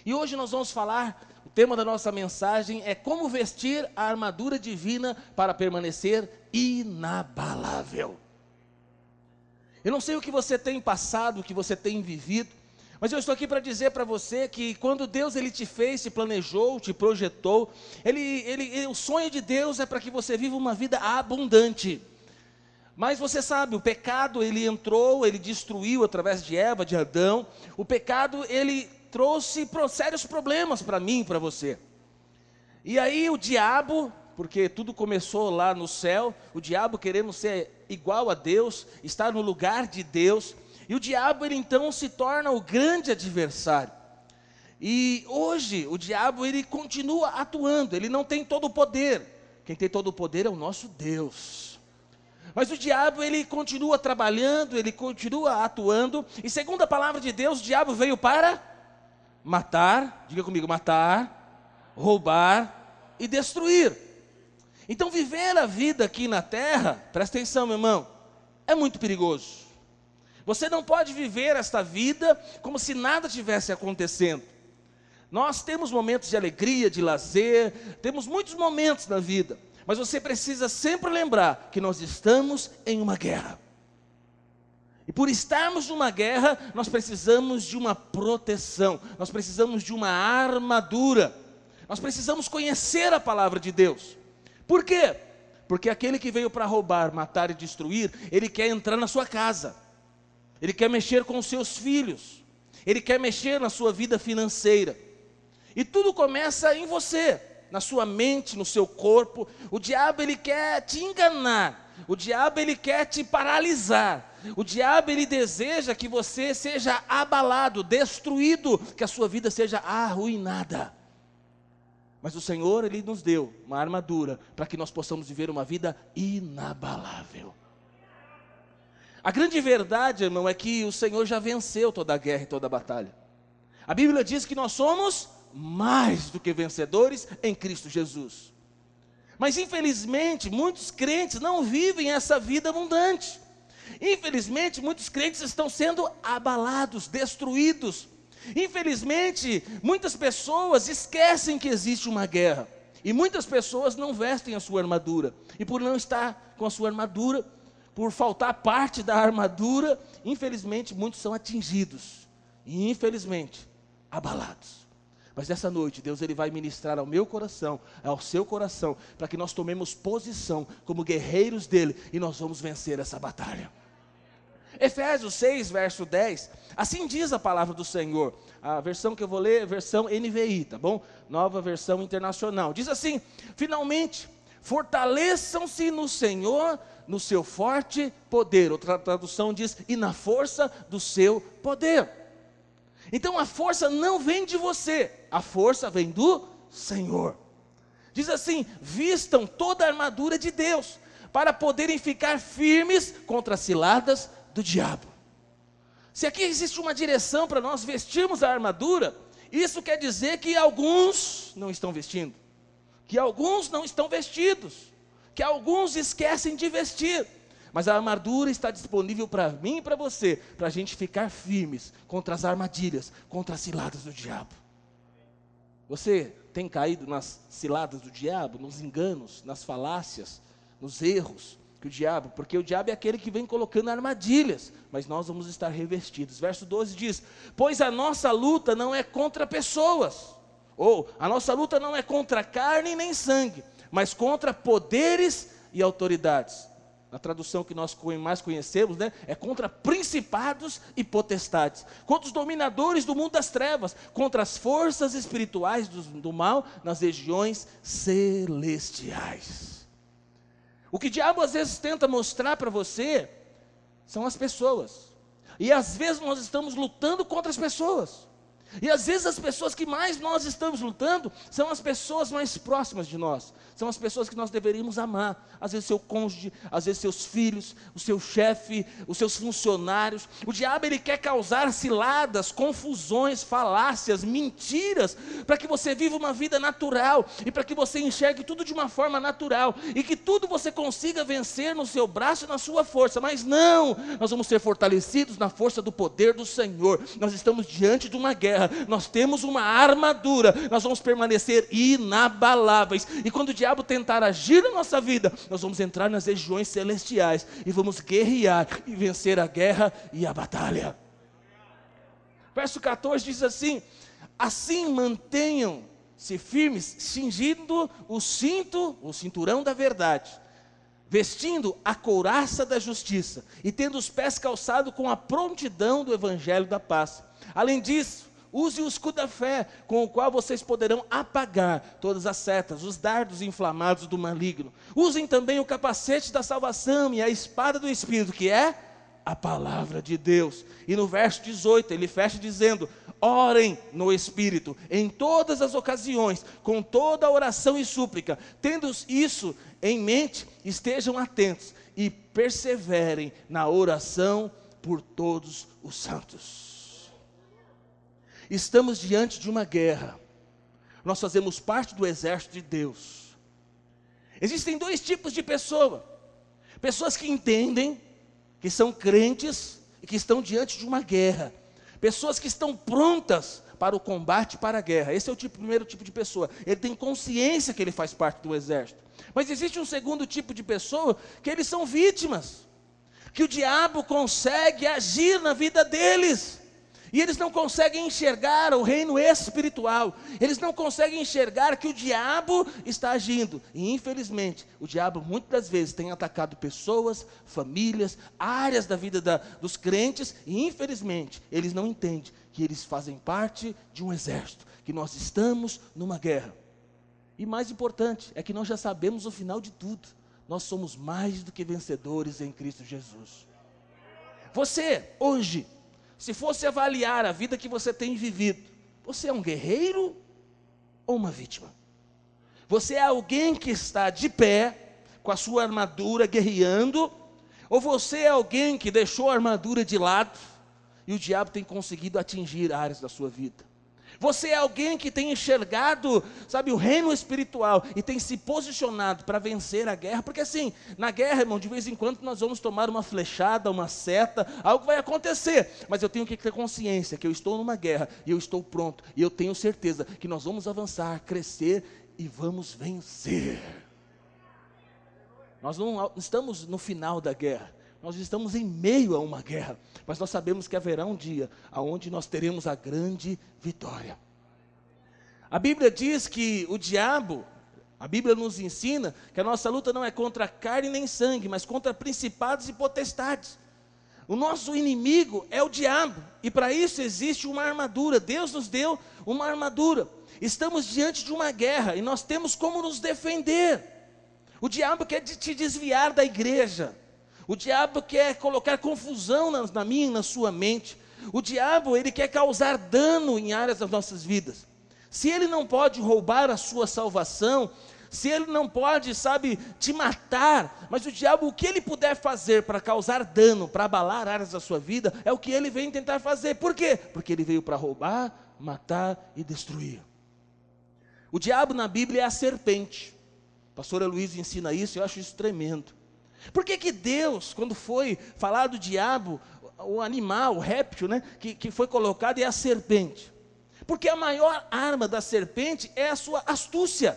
E hoje nós vamos falar, o tema da nossa mensagem é como vestir a armadura divina para permanecer inabalável. Eu não sei o que você tem passado, o que você tem vivido, mas eu estou aqui para dizer para você que quando Deus ele te fez, te planejou, te projetou, o sonho de Deus é para que você viva uma vida abundante. Mas você sabe, o pecado ele entrou, ele destruiu através de Eva, de Adão. O pecado ele trouxe sérios problemas para mim e para você. E aí o diabo, porque tudo começou lá no céu, o diabo querendo ser igual a Deus, estar no lugar de Deus, e o diabo ele então se torna o grande adversário. E hoje o diabo ele continua atuando, ele não tem todo o poder. Quem tem todo o poder é o nosso Deus. Mas o diabo ele continua trabalhando, ele continua atuando, e segundo a palavra de Deus, o diabo veio para matar, diga comigo, matar, roubar e destruir. Então viver a vida aqui na terra, presta atenção meu irmão, é muito perigoso. Você não pode viver esta vida como se nada tivesse acontecendo. Nós temos momentos de alegria, de lazer, temos muitos momentos na vida, mas você precisa sempre lembrar que nós estamos em uma guerra. E por estarmos numa guerra, nós precisamos de uma proteção, nós precisamos de uma armadura, nós precisamos conhecer a palavra de Deus. Por quê? Porque aquele que veio para roubar, matar e destruir, ele quer entrar na sua casa, ele quer mexer com os seus filhos, ele quer mexer na sua vida financeira, e tudo começa em você, na sua mente, no seu corpo. O diabo ele quer te enganar, o diabo ele quer te paralisar, o diabo ele deseja que você seja abalado, destruído, que a sua vida seja arruinada. Mas o Senhor ele nos deu uma armadura para que nós possamos viver uma vida inabalável. A grande verdade, irmão, é que o Senhor já venceu toda a guerra e toda a batalha. A Bíblia diz que nós somos mais do que vencedores em Cristo Jesus. Mas infelizmente muitos crentes não vivem essa vida abundante. Infelizmente muitos crentes estão sendo abalados, destruídos. Infelizmente muitas pessoas esquecem que existe uma guerra. E muitas pessoas não vestem a sua armadura. E por não estar com a sua armadura, por faltar parte da armadura, infelizmente muitos são atingidos. E infelizmente abalados. Mas nessa noite, Deus ele vai ministrar ao meu coração, ao seu coração, para que nós tomemos posição como guerreiros dele, e nós vamos vencer essa batalha. Efésios 6, verso 10, assim diz a palavra do Senhor. A versão que eu vou ler é a versão NVI, tá bom? Nova versão internacional. Diz assim: finalmente, fortaleçam-se no Senhor, no seu forte poder. Outra tradução diz, e na força do seu poder. Então a força não vem de você, a força vem do Senhor. Diz assim: vistam toda a armadura de Deus, para poderem ficar firmes contra as ciladas do diabo. Se aqui existe uma direção para nós vestirmos a armadura, isso quer dizer que alguns não estão vestindo, que alguns não estão vestidos, que alguns esquecem de vestir. Mas a armadura está disponível para mim e para você, para a gente ficar firmes contra as armadilhas, contra as ciladas do diabo. Você tem caído nas ciladas do diabo, nos enganos, nas falácias, nos erros que o diabo, porque o diabo é aquele que vem colocando armadilhas, mas nós vamos estar revestidos. Verso 12 diz: pois a nossa luta não é contra pessoas, ou a nossa luta não é contra carne nem sangue, mas contra poderes e autoridades. A tradução que nós mais conhecemos, né, é contra principados e potestades, contra os dominadores do mundo das trevas, contra as forças espirituais do mal nas regiões celestiais. O que o diabo às vezes tenta mostrar para você são as pessoas, e às vezes nós estamos lutando contra as pessoas. E às vezes as pessoas que mais nós estamos lutando são as pessoas mais próximas de nós, são as pessoas que nós deveríamos amar. Às vezes seu cônjuge, às vezes seus filhos, o seu chefe, os seus funcionários. O diabo ele quer causar ciladas, confusões, falácias, mentiras, para que você viva uma vida natural, e para que você enxergue tudo de uma forma natural, e que tudo você consiga vencer no seu braço e na sua força. Mas não, nós vamos ser fortalecidos na força do poder do Senhor. Nós estamos diante de uma guerra, guerra, nós temos uma armadura, nós vamos permanecer inabaláveis. E quando o diabo tentar agir na nossa vida, nós vamos entrar nas regiões celestiais e vamos guerrear e vencer a guerra e a batalha. Verso 14 diz assim: assim mantenham-se firmes, cingindo o cinturão da verdade, vestindo a couraça da justiça e tendo os pés calçados com a prontidão do evangelho da paz. Além disso, use o escudo da fé, com o qual vocês poderão apagar todas as setas, os dardos inflamados do maligno. Usem também o capacete da salvação e a espada do Espírito, que é a palavra de Deus. E no verso 18 ele fecha dizendo: orem no Espírito em todas as ocasiões, com toda oração e súplica. Tendo isso em mente, estejam atentos e perseverem na oração por todos os santos. Estamos diante de uma guerra. Nós fazemos parte do exército de Deus. Existem dois tipos de pessoa: pessoas que entendem, que são crentes e que estão diante de uma guerra. Pessoas que estão prontas para o combate, para a guerra. Esse é o primeiro tipo de pessoa. Ele tem consciência que ele faz parte do exército. Mas existe um segundo tipo de pessoa, que eles são vítimas, que o diabo consegue agir na vida deles, e eles não conseguem enxergar o reino espiritual, eles não conseguem enxergar que o diabo está agindo, e infelizmente, o diabo muitas das vezes tem atacado pessoas, famílias, áreas da vida dos crentes, e infelizmente, eles não entendem que eles fazem parte de um exército, que nós estamos numa guerra. E mais importante, é que nós já sabemos o final de tudo. Nós somos mais do que vencedores em Cristo Jesus. Você, hoje, se fosse avaliar a vida que você tem vivido, você é um guerreiro ou uma vítima? Você é alguém que está de pé, com a sua armadura guerreando, ou você é alguém que deixou a armadura de lado e o diabo tem conseguido atingir áreas da sua vida? Você é alguém que tem enxergado, sabe, o reino espiritual e tem se posicionado para vencer a guerra? Porque assim, na guerra, irmão, de vez em quando nós vamos tomar uma flechada, uma seta, algo vai acontecer, mas eu tenho que ter consciência que eu estou numa guerra e eu estou pronto, e eu tenho certeza que nós vamos avançar, crescer e vamos vencer. Nós não estamos no final da guerra, nós estamos em meio a uma guerra, mas nós sabemos que haverá um dia onde nós teremos a grande vitória. A Bíblia diz que o diabo, a Bíblia nos ensina que a nossa luta não é contra carne nem sangue, mas contra principados e potestades. O nosso inimigo é o diabo, e para isso existe uma armadura. Deus nos deu uma armadura. Estamos diante de uma guerra e nós temos como nos defender. O diabo quer te desviar da igreja. O diabo quer colocar confusão na minha e na sua mente. O diabo, ele quer causar dano em áreas das nossas vidas. Se ele não pode roubar a sua salvação, se ele não pode, sabe, te matar, mas o diabo, o que ele puder fazer para causar dano, para abalar áreas da sua vida, é o que ele vem tentar fazer. Por quê? Porque ele veio para roubar, matar e destruir. O diabo na Bíblia é a serpente. A pastora Luiz ensina isso, eu acho isso tremendo. Por que Deus, quando foi falar do diabo, o animal, o réptil, né, que foi colocado é a serpente? Porque a maior arma da serpente é a sua astúcia.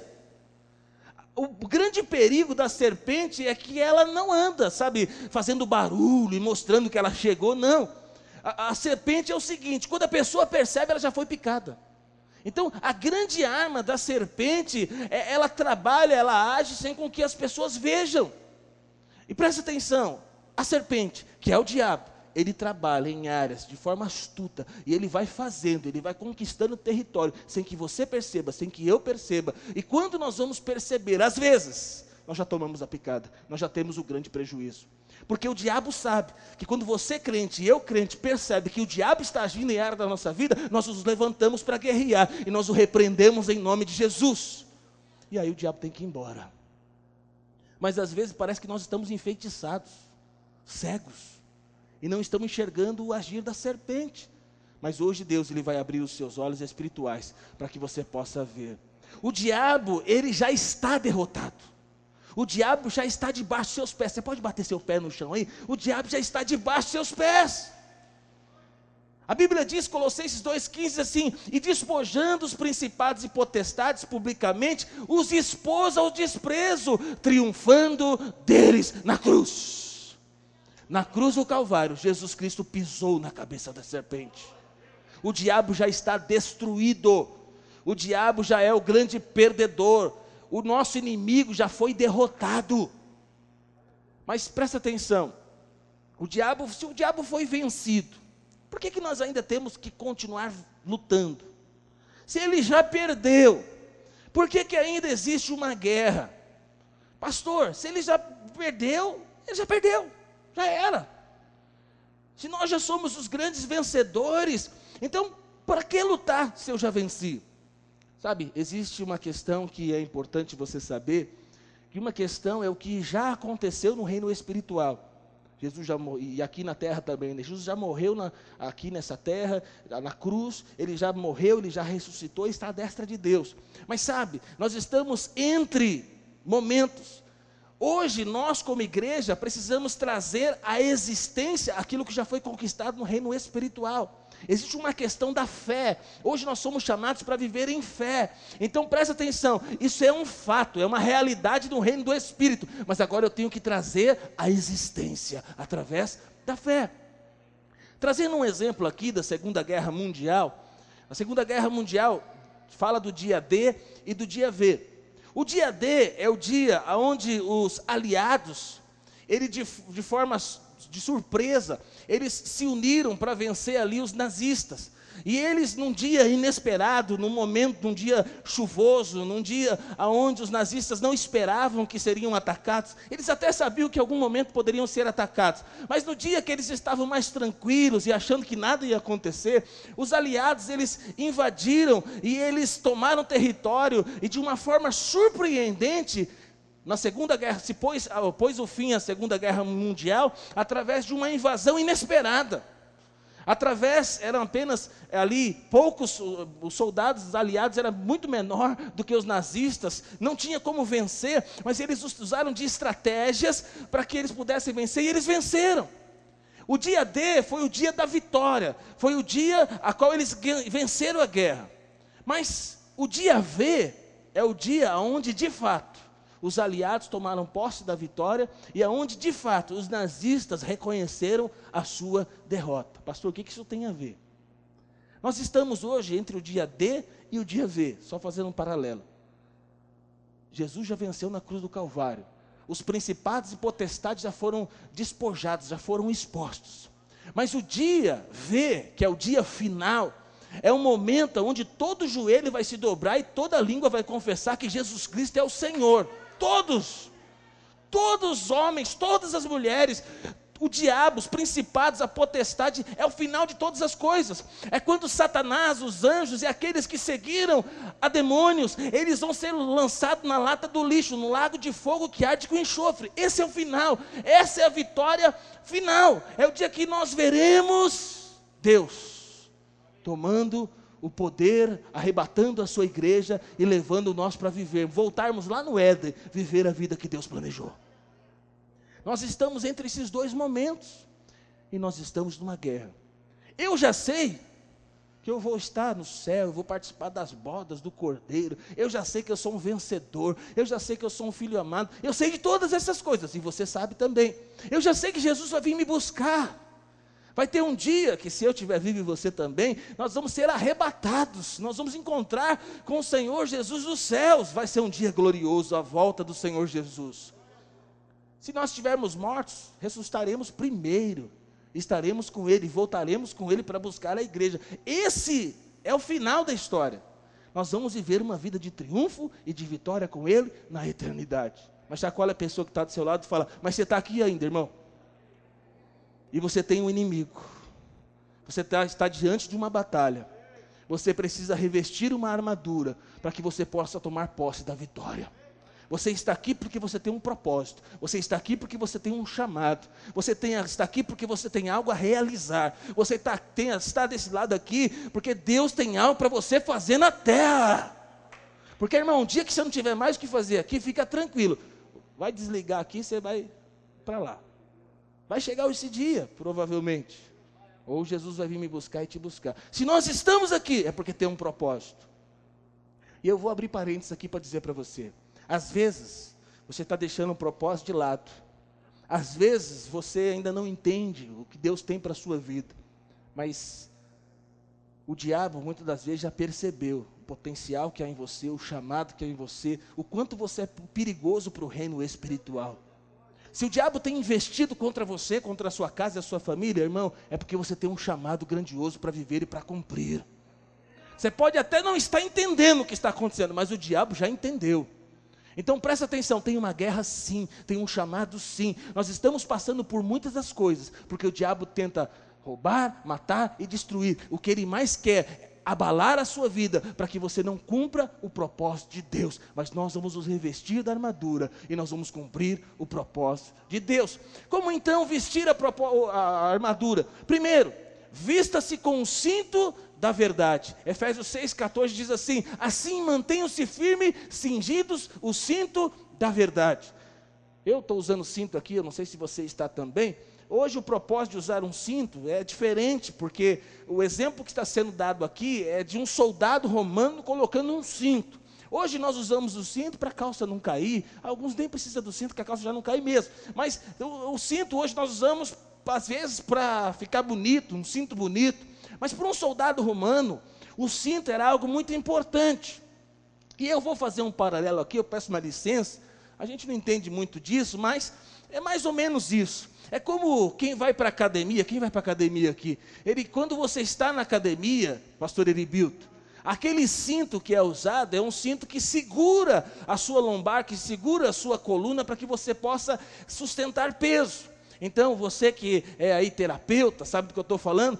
O grande perigo da serpente é que ela não anda, sabe, fazendo barulho e mostrando que ela chegou, não. A serpente é o seguinte: quando a pessoa percebe, ela já foi picada. Então, a grande arma da serpente, ela trabalha, ela age sem com que as pessoas vejam. E presta atenção, a serpente, que é o diabo, ele trabalha em áreas de forma astuta, e ele vai fazendo, ele vai conquistando território, sem que você perceba, sem que eu perceba. E quando nós vamos perceber, às vezes, nós já tomamos a picada, nós já temos o grande prejuízo. Porque o diabo sabe que quando você crente e eu crente percebe que o diabo está agindo em área da nossa vida, nós nos levantamos para guerrear, e nós o repreendemos em nome de Jesus. E aí o diabo tem que ir embora. Mas às vezes parece que nós estamos enfeitiçados, cegos, e não estamos enxergando o agir da serpente. Mas hoje Deus, ele vai abrir os seus olhos espirituais para que você possa ver. O diabo, ele já está derrotado. O diabo já está debaixo dos seus pés. Você pode bater seu pé no chão aí? O diabo já está debaixo dos seus pés. A Bíblia diz, Colossenses 2,15 assim: e despojando os principados e potestades publicamente, os expôs ao desprezo, triunfando deles na cruz. Na cruz do Calvário, Jesus Cristo pisou na cabeça da serpente. O diabo já está destruído, o diabo já é o grande perdedor, o nosso inimigo já foi derrotado. Mas presta atenção, se o diabo foi vencido, por que nós ainda temos que continuar lutando? Se ele já perdeu, por que ainda existe uma guerra? Pastor, se ele já perdeu, já era. Se nós já somos os grandes vencedores, então para que lutar se eu já venci? Sabe, existe uma questão que é importante você saber, que uma questão é o que já aconteceu no reino espiritual. Jesus já morreu, e aqui na terra também, né? Jesus já morreu aqui nessa terra, na cruz, ele já morreu, ele já ressuscitou e está à destra de Deus. Mas sabe, nós estamos entre momentos. Hoje nós como igreja precisamos trazer à existência aquilo que já foi conquistado no reino espiritual. Existe uma questão da fé. Hoje nós somos chamados para viver em fé. Então presta atenção, isso é um fato, é uma realidade do reino do Espírito. Mas agora eu tenho que trazer a existência através da fé. Trazendo um exemplo aqui da Segunda Guerra Mundial. A Segunda Guerra Mundial fala do dia D e do dia V. O dia D é o dia onde os aliados, ele de forma de surpresa, eles se uniram para vencer ali os nazistas. E eles, num dia inesperado, num dia chuvoso, num dia onde os nazistas não esperavam que seriam atacados, eles até sabiam que em algum momento poderiam ser atacados, mas no dia que eles estavam mais tranquilos e achando que nada ia acontecer, os aliados, eles invadiram e eles tomaram território, e de uma forma surpreendente, na Segunda Guerra, se pôs o fim à Segunda Guerra Mundial, através de uma invasão inesperada. Eram apenas ali poucos, os soldados aliados eram muito menor do que os nazistas, não tinha como vencer, mas eles usaram de estratégias para que eles pudessem vencer, e eles venceram. O dia D foi o dia da vitória, foi o dia a qual eles venceram a guerra. Mas o dia V é o dia onde de fato os aliados tomaram posse da vitória, e aonde de fato os nazistas reconheceram a sua derrota. Pastor, o que isso tem a ver? Nós estamos hoje entre o dia D e o dia V, só fazendo um paralelo. Jesus já venceu na cruz do Calvário, os principados e potestades já foram despojados, já foram expostos. Mas o dia V, que é o dia final, é um momento onde todo joelho vai se dobrar e toda língua vai confessar que Jesus Cristo é o Senhor. Todos os homens, todas as mulheres, o diabo, os principados, a potestade, é o final de todas as coisas. É quando Satanás, os anjos e aqueles que seguiram a demônios, eles vão ser lançados na lata do lixo, no lago de fogo que arde com enxofre. Esse é o final, essa é a vitória final. É o dia que nós veremos Deus tomando o poder, arrebatando a sua igreja e levando nós para viver, voltarmos lá no Éden, viver a vida que Deus planejou. Nós estamos entre esses dois momentos, e nós estamos numa guerra. Eu já sei que eu vou estar no céu, eu vou participar das bodas do Cordeiro, eu já sei que eu sou um vencedor, eu já sei que eu sou um filho amado, eu sei de todas essas coisas, e você sabe também. Eu já sei que Jesus vai vir me buscar. Vai ter um dia que, se eu estiver vivo e você também, nós vamos ser arrebatados, nós vamos encontrar com o Senhor Jesus nos céus. Vai ser um dia glorioso, a volta do Senhor Jesus. Se nós estivermos mortos, ressuscitaremos primeiro, estaremos com Ele, voltaremos com Ele para buscar a igreja. Esse é o final da história. Nós vamos viver uma vida de triunfo e de vitória com Ele na eternidade. Mas chacoalha a pessoa que está do seu lado e fala: mas você está aqui ainda, irmão? E você tem um inimigo, você está diante de uma batalha, você precisa revestir uma armadura, para que você possa tomar posse da vitória. Você está aqui porque você tem um propósito, você está aqui porque você tem um chamado, está aqui porque você tem algo a realizar, você está desse lado aqui, porque Deus tem algo para você fazer na terra. Porque, irmão, um dia que você não tiver mais o que fazer aqui, fica tranquilo, vai desligar aqui, você vai para lá. Vai chegar esse dia, provavelmente. ou Jesus vai vir me buscar e te buscar. Se nós estamos aqui, é porque tem um propósito. E eu vou abrir parênteses aqui para dizer para você, às vezes, você está deixando o propósito de lado. Às vezes, você ainda não entende o que Deus tem para a sua vida. Mas o diabo, muitas das vezes, já percebeu o potencial que há em você, o chamado que há em você, o quanto você é perigoso para o reino espiritual. Se o diabo tem investido contra você, contra a sua casa e a sua família, irmão, é porque você tem um chamado grandioso para viver e para cumprir. Você pode até não estar entendendo o que está acontecendo, mas o diabo já entendeu. Então presta atenção, tem uma guerra sim, tem um chamado sim. Nós estamos passando por muitas das coisas, porque o diabo tenta roubar, matar e destruir. O que ele mais quer é abalar a sua vida, para que você não cumpra o propósito de Deus. Mas nós vamos nos revestir da armadura, e nós vamos cumprir o propósito de Deus. Como então vestir a armadura? Primeiro, vista-se com o cinto da verdade. Efésios 6,14 diz assim: assim mantenham-se firmes, cingidos o cinto da verdade. Eu estou usando cinto aqui, eu não sei se você está também. Hoje o propósito de usar um cinto é diferente, porque o exemplo que está sendo dado aqui é de um soldado romano colocando um cinto. Hoje nós usamos o cinto para a calça não cair. Alguns nem precisam do cinto, que a calça já não cai mesmo. Mas o cinto hoje nós usamos, às vezes, para ficar bonito, um cinto bonito. Mas para um soldado romano, o cinto era algo muito importante. E eu vou fazer um paralelo aqui, eu peço uma licença. A gente não entende muito disso, mas é mais ou menos isso. É como quem vai para a academia. Quem vai para a academia aqui? Quando você está na academia, pastor Heribilto, aquele cinto que é usado é um cinto que segura a sua lombar, que segura a sua coluna, para que você possa sustentar peso. Então, você que é aí terapeuta, sabe do que eu estou falando?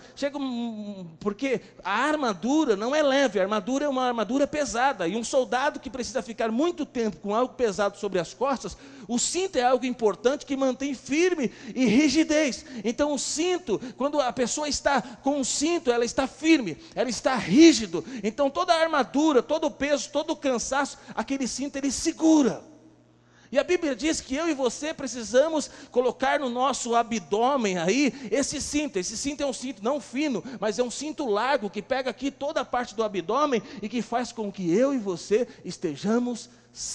Porque a armadura não é leve, a armadura é uma armadura pesada. E um soldado que precisa ficar muito tempo com algo pesado sobre as costas, o cinto é algo importante que mantém firme e rigidez. Então, o cinto, quando a pessoa está com o cinto, ela está firme, ela está rígido. Então, toda a armadura, todo o peso, todo o cansaço, aquele cinto ele segura. E a Bíblia diz que eu e você precisamos colocar no nosso abdômen aí esse cinto. Esse cinto é um cinto não fino, mas é um cinto largo que pega aqui toda a parte do abdômen e que faz com que eu e você estejamos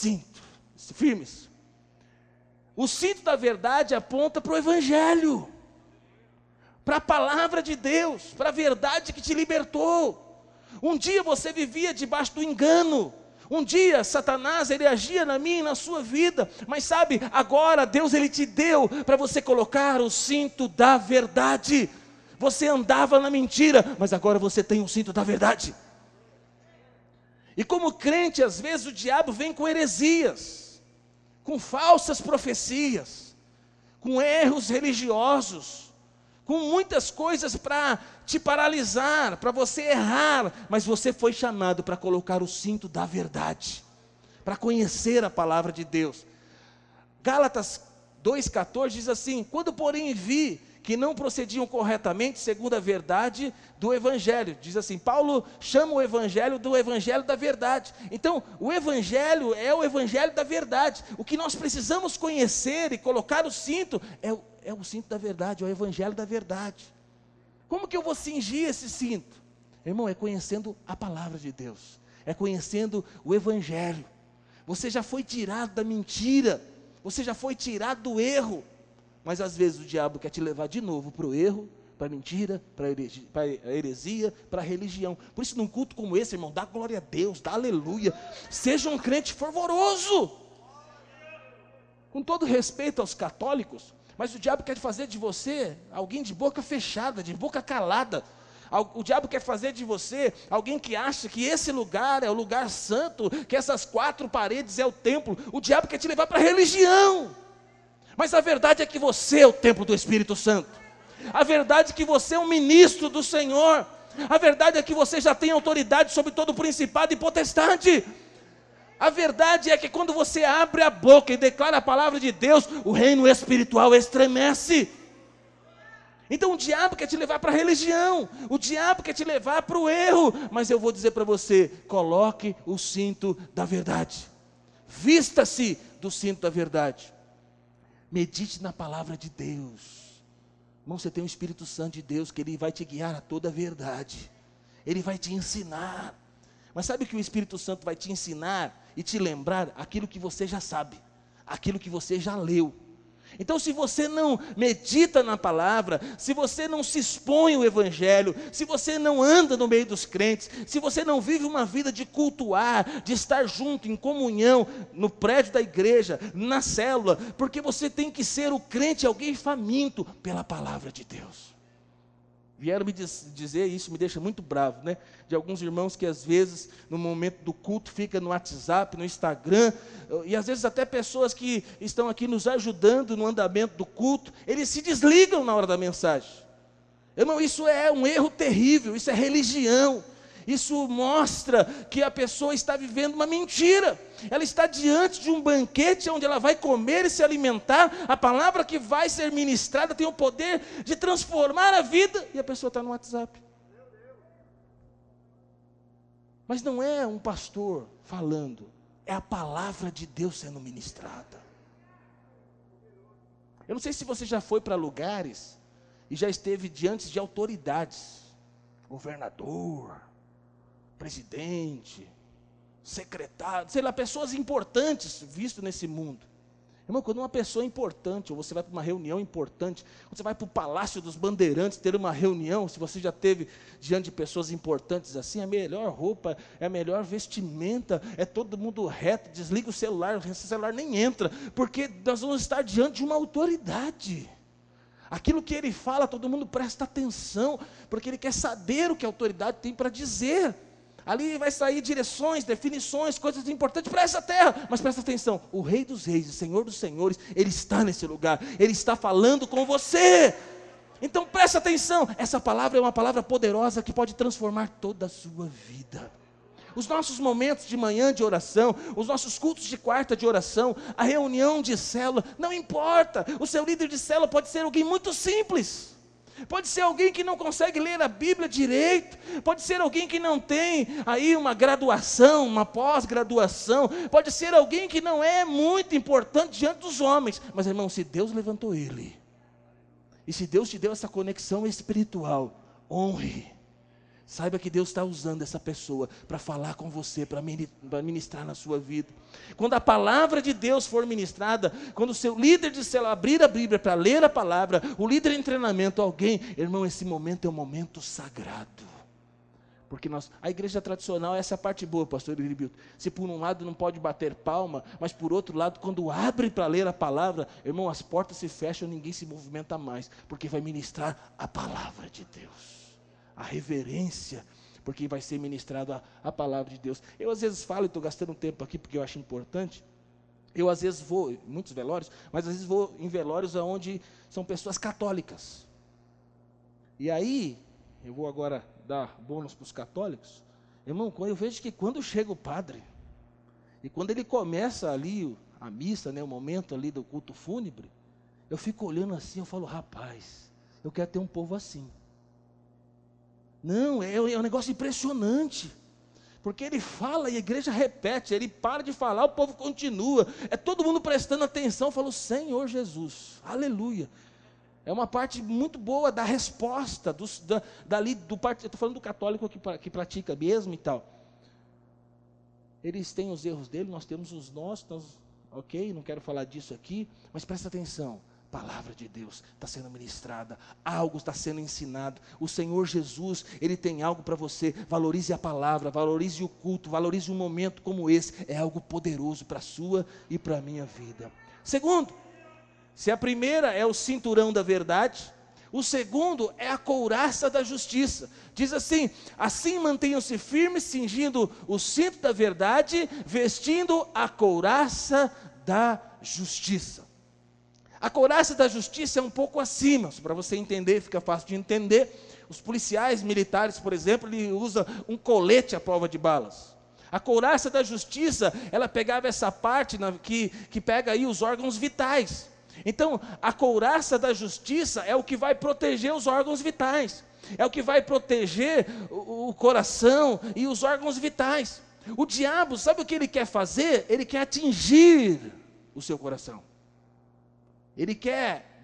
firmes. O cinto da verdade aponta para o Evangelho, para a palavra de Deus, para a verdade que te libertou. Um dia você vivia debaixo do engano. Um dia Satanás ele agia na minha e na sua vida, mas sabe, agora Deus ele te deu para você colocar o cinto da verdade. Você andava na mentira, mas agora você tem o cinto da verdade. E como crente, às vezes o diabo vem com heresias, com falsas profecias, com erros religiosos, com muitas coisas para te paralisar, para você errar, mas você foi chamado para colocar o cinto da verdade, para conhecer a palavra de Deus. Gálatas 2,14 diz assim: quando porém vi que não procediam corretamente segundo a verdade do Evangelho, diz assim, Paulo chama o Evangelho do Evangelho da verdade. Então, o Evangelho é o Evangelho da verdade. O que nós precisamos conhecer e colocar o cinto é o cinto da verdade, é o Evangelho da verdade. Como que eu vou cingir esse cinto? Irmão, é conhecendo a palavra de Deus, é conhecendo o Evangelho. Você já foi tirado da mentira, você já foi tirado do erro, mas às vezes o diabo quer te levar de novo para o erro, para a mentira, para a heresia, para a religião. Por isso num culto como esse, irmão, dá glória a Deus, dá aleluia, seja um crente fervoroso, com todo respeito aos católicos, mas o diabo quer fazer de você alguém de boca fechada, de boca calada. O diabo quer fazer de você alguém que acha que esse lugar é o lugar santo, que essas 4 paredes é o templo. O diabo quer te levar para a religião, mas a verdade é que você é o templo do Espírito Santo. A verdade é que você é um ministro do Senhor. A verdade é que você já tem autoridade sobre todo o principado e potestade. A verdade é que quando você abre a boca e declara a palavra de Deus, o reino espiritual estremece. Então o diabo quer te levar para a religião, o diabo quer te levar para o erro, mas eu vou dizer para você, coloque o cinto da verdade, vista-se do cinto da verdade, medite na palavra de Deus, Irmão, você tem o Espírito Santo de Deus, que Ele vai te guiar a toda a verdade. Ele vai te ensinar. Mas sabe o que o Espírito Santo vai te ensinar e te lembrar? Aquilo que você já sabe, aquilo que você já leu. Então, se você não medita na palavra, se você não se expõe ao Evangelho, se você não anda no meio dos crentes, se você não vive uma vida de cultuar, de estar junto, em comunhão, no prédio da igreja, na célula, porque você tem que ser o crente, alguém faminto pela palavra de Deus. Vieram me dizer, isso me deixa muito bravo, né? De alguns irmãos que às vezes, no momento do culto, fica no WhatsApp, no Instagram, e às vezes até pessoas que estão aqui nos ajudando no andamento do culto, eles se desligam na hora da mensagem. Irmão, isso é um erro terrível, isso é religião. Isso mostra que a pessoa está vivendo uma mentira. Ela está diante de um banquete onde ela vai comer e se alimentar. A palavra que vai ser ministrada tem o poder de transformar a vida. E a pessoa está no WhatsApp. Mas não é um pastor falando, é a palavra de Deus sendo ministrada. Eu não sei se você já foi para lugares e já esteve diante de autoridades, governador, presidente, secretário, sei lá, pessoas importantes vistas nesse mundo. Irmão, quando uma pessoa importante, ou você vai para uma reunião importante, quando você vai para o Palácio dos Bandeirantes ter uma reunião, se você já esteve diante de pessoas importantes assim, a melhor roupa, é a melhor vestimenta, é todo mundo reto, desliga o celular nem entra, porque nós vamos estar diante de uma autoridade. Aquilo que ele fala, todo mundo presta atenção, porque ele quer saber o que a autoridade tem para dizer. Ali vai sair direções, definições, coisas importantes para essa terra. Mas presta atenção, o Rei dos Reis, o Senhor dos Senhores, Ele está nesse lugar. Ele está falando com você. Então presta atenção, essa palavra é uma palavra poderosa que pode transformar toda a sua vida. Os nossos momentos de manhã de oração, os nossos cultos de quarta de oração, a reunião de célula, não importa. O seu líder de célula pode ser alguém muito simples. Pode ser alguém que não consegue ler a Bíblia direito, pode ser alguém que não tem aí uma graduação, uma pós-graduação, pode ser alguém que não é muito importante diante dos homens, mas irmão, se Deus levantou ele, e se Deus te deu essa conexão espiritual, honre, saiba que Deus está usando essa pessoa para falar com você, para ministrar na sua vida. Quando a palavra de Deus for ministrada, quando o seu líder de célula abrir a Bíblia para ler a palavra, o líder em treinamento, alguém, irmão, esse momento é um momento sagrado. Porque a igreja tradicional, essa é a parte boa, pastor Heribilto. Se por um lado não pode bater palma, mas por outro lado, quando abre para ler a palavra, irmão, as portas se fecham, ninguém se movimenta mais, porque vai ministrar a palavra de Deus. A reverência, porque vai ser ministrado a palavra de Deus. Eu às vezes falo, e estou gastando um tempo aqui, porque eu acho importante, eu às vezes vou, em muitos velórios, mas às vezes vou em velórios onde são pessoas católicas. E aí, eu vou agora dar bônus para os católicos. Irmão, eu vejo que quando chega o padre, e quando ele começa ali a missa, né, o momento ali do culto fúnebre, eu fico olhando assim, eu falo, rapaz, eu quero ter um povo assim. Não, é um negócio impressionante, porque ele fala e a igreja repete, ele para de falar, o povo continua, é todo mundo prestando atenção, fala, Senhor Jesus, aleluia. É uma parte muito boa da resposta, dali do parte, eu estou falando do católico que pratica mesmo e tal. Eles têm os erros dele, nós temos os nossos, ok, não quero falar disso aqui, mas presta atenção. Palavra de Deus está sendo ministrada, algo está sendo ensinado, o Senhor Jesus, Ele tem algo para você, valorize a palavra, valorize o culto, valorize um momento como esse, é algo poderoso para a sua e para a minha vida. Segundo, se a primeira é o cinturão da verdade, o segundo é a couraça da justiça. Diz assim, assim mantenham-se firmes, cingindo o cinto da verdade, vestindo a couraça da justiça. A couraça da justiça é um pouco acima, para você entender, fica fácil de entender. Os policiais militares, por exemplo, ele usa um colete à prova de balas. A couraça da justiça, ela pegava essa parte que pega aí os órgãos vitais. Então, a couraça da justiça é o que vai proteger os órgãos vitais. É o que vai proteger o coração e os órgãos vitais. O diabo, sabe o que ele quer fazer? Ele quer atingir o seu coração. Ele quer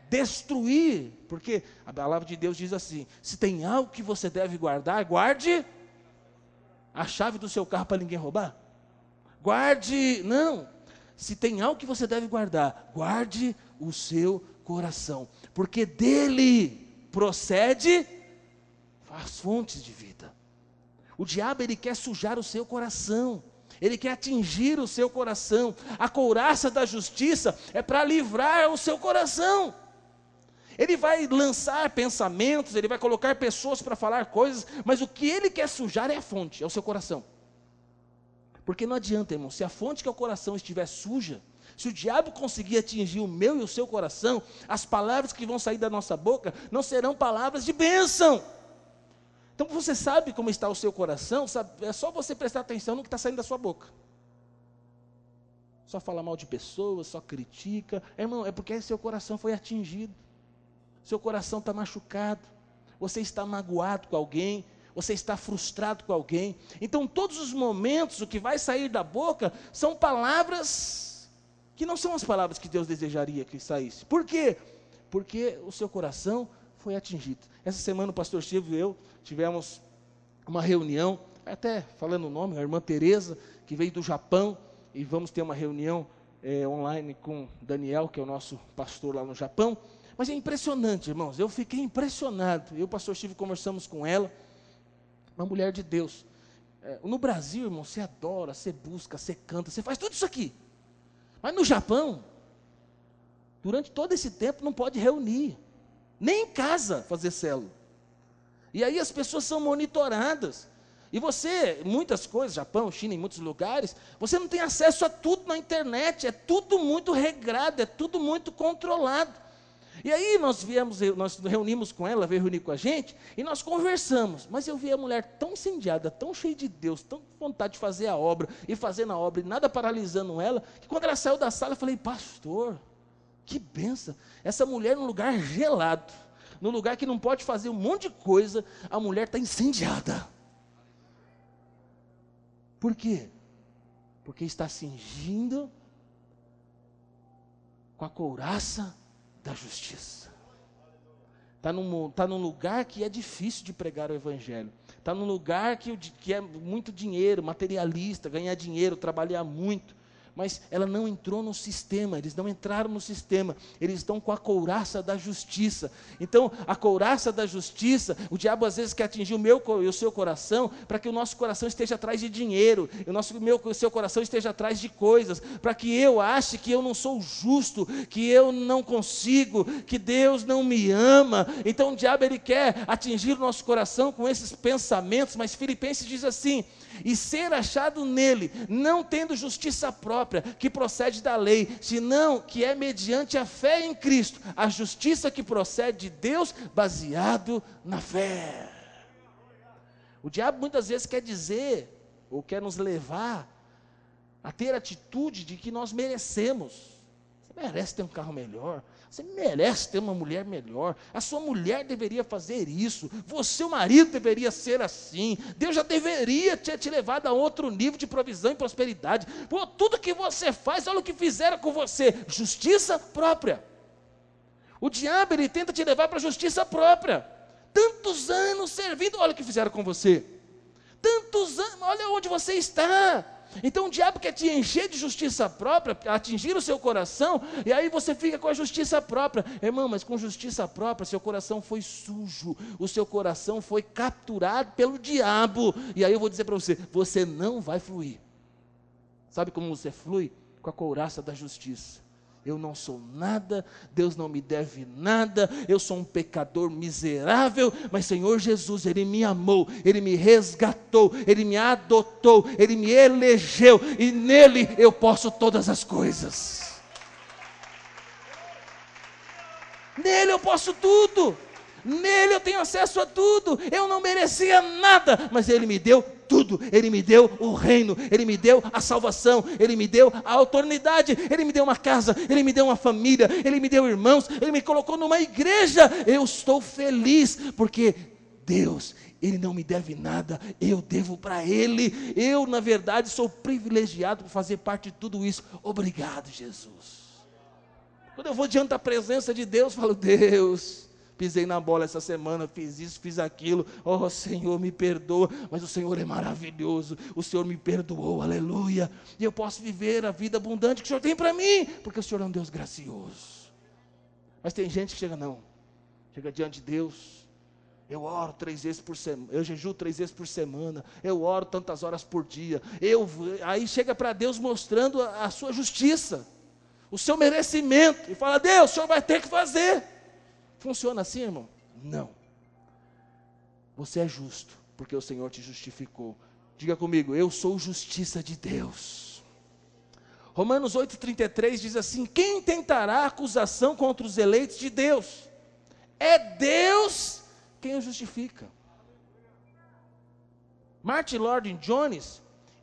destruir, porque a palavra de Deus diz assim: se tem algo que você deve guardar, guarde a chave do seu carro para ninguém roubar. Guarde, não, se tem algo que você deve guardar, guarde o seu coração, porque dele procede as fontes de vida. O diabo, ele quer sujar o seu coração, ele quer atingir o seu coração. A couraça da justiça é para livrar o seu coração. Ele vai lançar pensamentos, ele vai colocar pessoas para falar coisas, mas o que ele quer sujar é a fonte, é o seu coração. Porque não adianta, irmão, se a fonte que é o coração estiver suja, se o diabo conseguir atingir o meu e o seu coração, as palavras que vão sair da nossa boca não serão palavras de bênção. Então você sabe como está o seu coração, é só você prestar atenção no que está saindo da sua boca. Só fala mal de pessoas, só critica. Irmão, é porque seu coração foi atingido. Seu coração está machucado. Você está magoado com alguém. Você está frustrado com alguém. Então todos os momentos, o que vai sair da boca, são palavras que não são as palavras que Deus desejaria que saísse. Por quê? Porque o seu coração foi atingido. Essa semana o pastor Silvio e eu tivemos uma reunião, até falando o nome, a irmã Tereza, que veio do Japão, e vamos ter uma reunião online com Daniel, que é o nosso pastor lá no Japão. Mas é impressionante, irmãos, eu fiquei impressionado. Eu e o pastor Silvio conversamos com ela, uma mulher de Deus. No Brasil, irmão, você adora, você busca, você canta, você faz tudo isso aqui. Mas no Japão, durante todo esse tempo não pode reunir, nem em casa fazer célula. E aí as pessoas são monitoradas. E você, muitas coisas, Japão, China, em muitos lugares, você não tem acesso a tudo na internet, é tudo muito regrado, é tudo muito controlado. E aí nós reunimos com ela, veio reunir com a gente, e nós conversamos. Mas eu vi a mulher tão incendiada, tão cheia de Deus, tão com vontade de fazer a obra, e fazendo a obra, e nada paralisando ela, que quando ela saiu da sala, eu falei: pastor, que benção, essa mulher num lugar gelado, num lugar que não pode fazer um monte de coisa, a mulher está incendiada. Por quê? Porque está cingindo com a couraça da justiça. Está num lugar que é difícil de pregar o evangelho. Está num lugar que é muito dinheiro, materialista, ganhar dinheiro, trabalhar muito. Mas ela não entrou no sistema, eles não entraram no sistema, eles estão com a couraça da justiça. Então, a couraça da justiça, o diabo às vezes quer atingir o meu e o seu coração, para que o nosso coração esteja atrás de dinheiro, o seu coração esteja atrás de coisas, para que eu ache que eu não sou justo, que eu não consigo, que Deus não me ama. Então, o diabo, ele quer atingir o nosso coração com esses pensamentos, mas Filipenses diz assim: e ser achado nele, não tendo justiça própria, que procede da lei, senão que é mediante a fé em Cristo, a justiça que procede de Deus, baseado na fé. O diabo muitas vezes quer dizer, ou quer nos levar a ter a atitude de que nós merecemos. Você merece ter um carro melhor, você merece ter uma mulher melhor, a sua mulher deveria fazer isso, você, o marido, deveria ser assim, Deus já deveria ter te levado a outro nível de provisão e prosperidade. Pô, tudo que você faz, olha o que fizeram com você, justiça própria. O diabo, ele tenta te levar para a justiça própria. Tantos anos servindo, olha o que fizeram com você. Tantos anos, olha onde você está. Então o diabo quer te encher de justiça própria, atingir o seu coração, e aí você fica com a justiça própria. Irmão, mas com justiça própria, seu coração foi sujo, o seu coração foi capturado pelo diabo. E aí eu vou dizer para você, você não vai fluir. Sabe como você flui? Com a couraça da justiça. Eu não sou nada, Deus não me deve nada, eu sou um pecador miserável, mas Senhor Jesus, Ele me amou, Ele me resgatou, Ele me adotou, Ele me elegeu, e nele eu posso todas as coisas. Nele eu posso tudo, nele eu tenho acesso a tudo, eu não merecia nada, mas Ele me deu tudo, Ele me deu o reino, Ele me deu a salvação, Ele me deu a autoridade, Ele me deu uma casa, Ele me deu uma família, Ele me deu irmãos, Ele me colocou numa igreja. Eu estou feliz, porque Deus, Ele não me deve nada, eu devo para Ele. Eu, na verdade, sou privilegiado por fazer parte de tudo isso. Obrigado, Jesus. Quando eu vou diante da presença de Deus, falo, Deus, pisei na bola essa semana, fiz isso, fiz aquilo, oh Senhor, me perdoa, mas o Senhor é maravilhoso, o Senhor me perdoou, aleluia, e eu posso viver a vida abundante que o Senhor tem para mim, porque o Senhor é um Deus gracioso. Mas tem gente que chega diante de Deus, eu oro 3 vezes por semana, eu jejuo 3 vezes por semana, eu oro tantas horas por dia, aí chega para Deus mostrando a sua justiça, o seu merecimento, e fala, Deus, o Senhor vai ter que fazer. Funciona assim, irmão? Não. Você é justo, porque o Senhor te justificou. Diga comigo, eu sou justiça de Deus. Romanos 8,33 diz assim, quem tentará acusação contra os eleitos de Deus? É Deus quem o justifica. Martin Lloyd-Jones,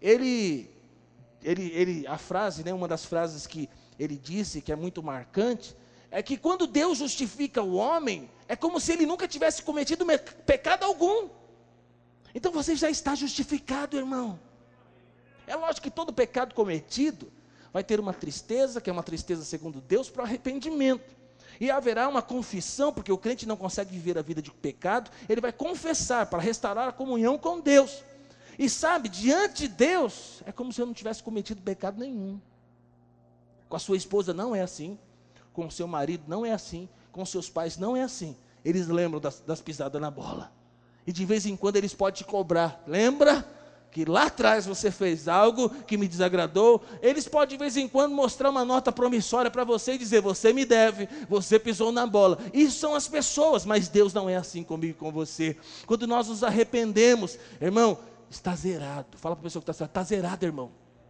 a frase, uma das frases que ele disse, que é muito marcante, é que quando Deus justifica o homem, é como se ele nunca tivesse cometido pecado algum. Então você já está justificado, irmão. É lógico que todo pecado cometido vai ter uma tristeza, que é uma tristeza segundo Deus, para o arrependimento. E haverá uma confissão, porque o crente não consegue viver a vida de pecado, ele vai confessar para restaurar a comunhão com Deus. E sabe, diante de Deus, é como se eu não tivesse cometido pecado nenhum. Com a sua esposa não é assim, com o seu marido não é assim, com seus pais não é assim. Eles lembram das pisadas na bola. E de vez em quando eles podem te cobrar. Lembra que lá atrás você fez algo que me desagradou? Eles podem de vez em quando mostrar uma nota promissória para você e dizer, você me deve, você pisou na bola. Isso são as pessoas, mas Deus não é assim comigo e com você. Quando nós nos arrependemos, irmão, está zerado. Fala para a pessoa que está zerado, irmão.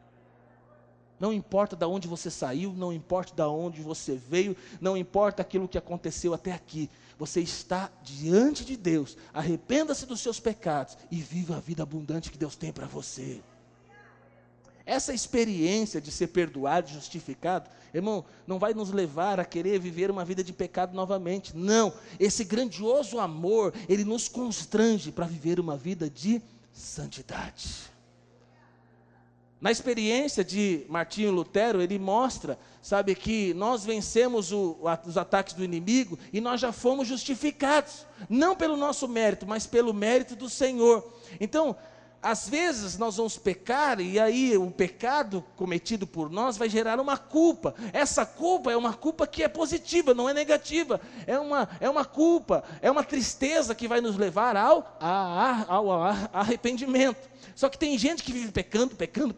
Não importa de onde você saiu, não importa de onde você veio, não importa aquilo que aconteceu até aqui. Você está diante de Deus, arrependa-se dos seus pecados e viva a vida abundante que Deus tem para você. Essa experiência de ser perdoado, justificado, irmão, não vai nos levar a querer viver uma vida de pecado novamente. Não, esse grandioso amor, ele nos constrange para viver uma vida de santidade. Na experiência de Martinho Lutero, ele mostra, sabe, que nós vencemos os ataques do inimigo e nós já fomos justificados, não pelo nosso mérito, mas pelo mérito do Senhor. Então, às vezes nós vamos pecar e aí o pecado cometido por nós vai gerar uma culpa. Essa culpa é uma culpa que é positiva, não é negativa. É uma culpa, é uma tristeza que vai nos levar ao arrependimento. Só que tem gente que vive pecando,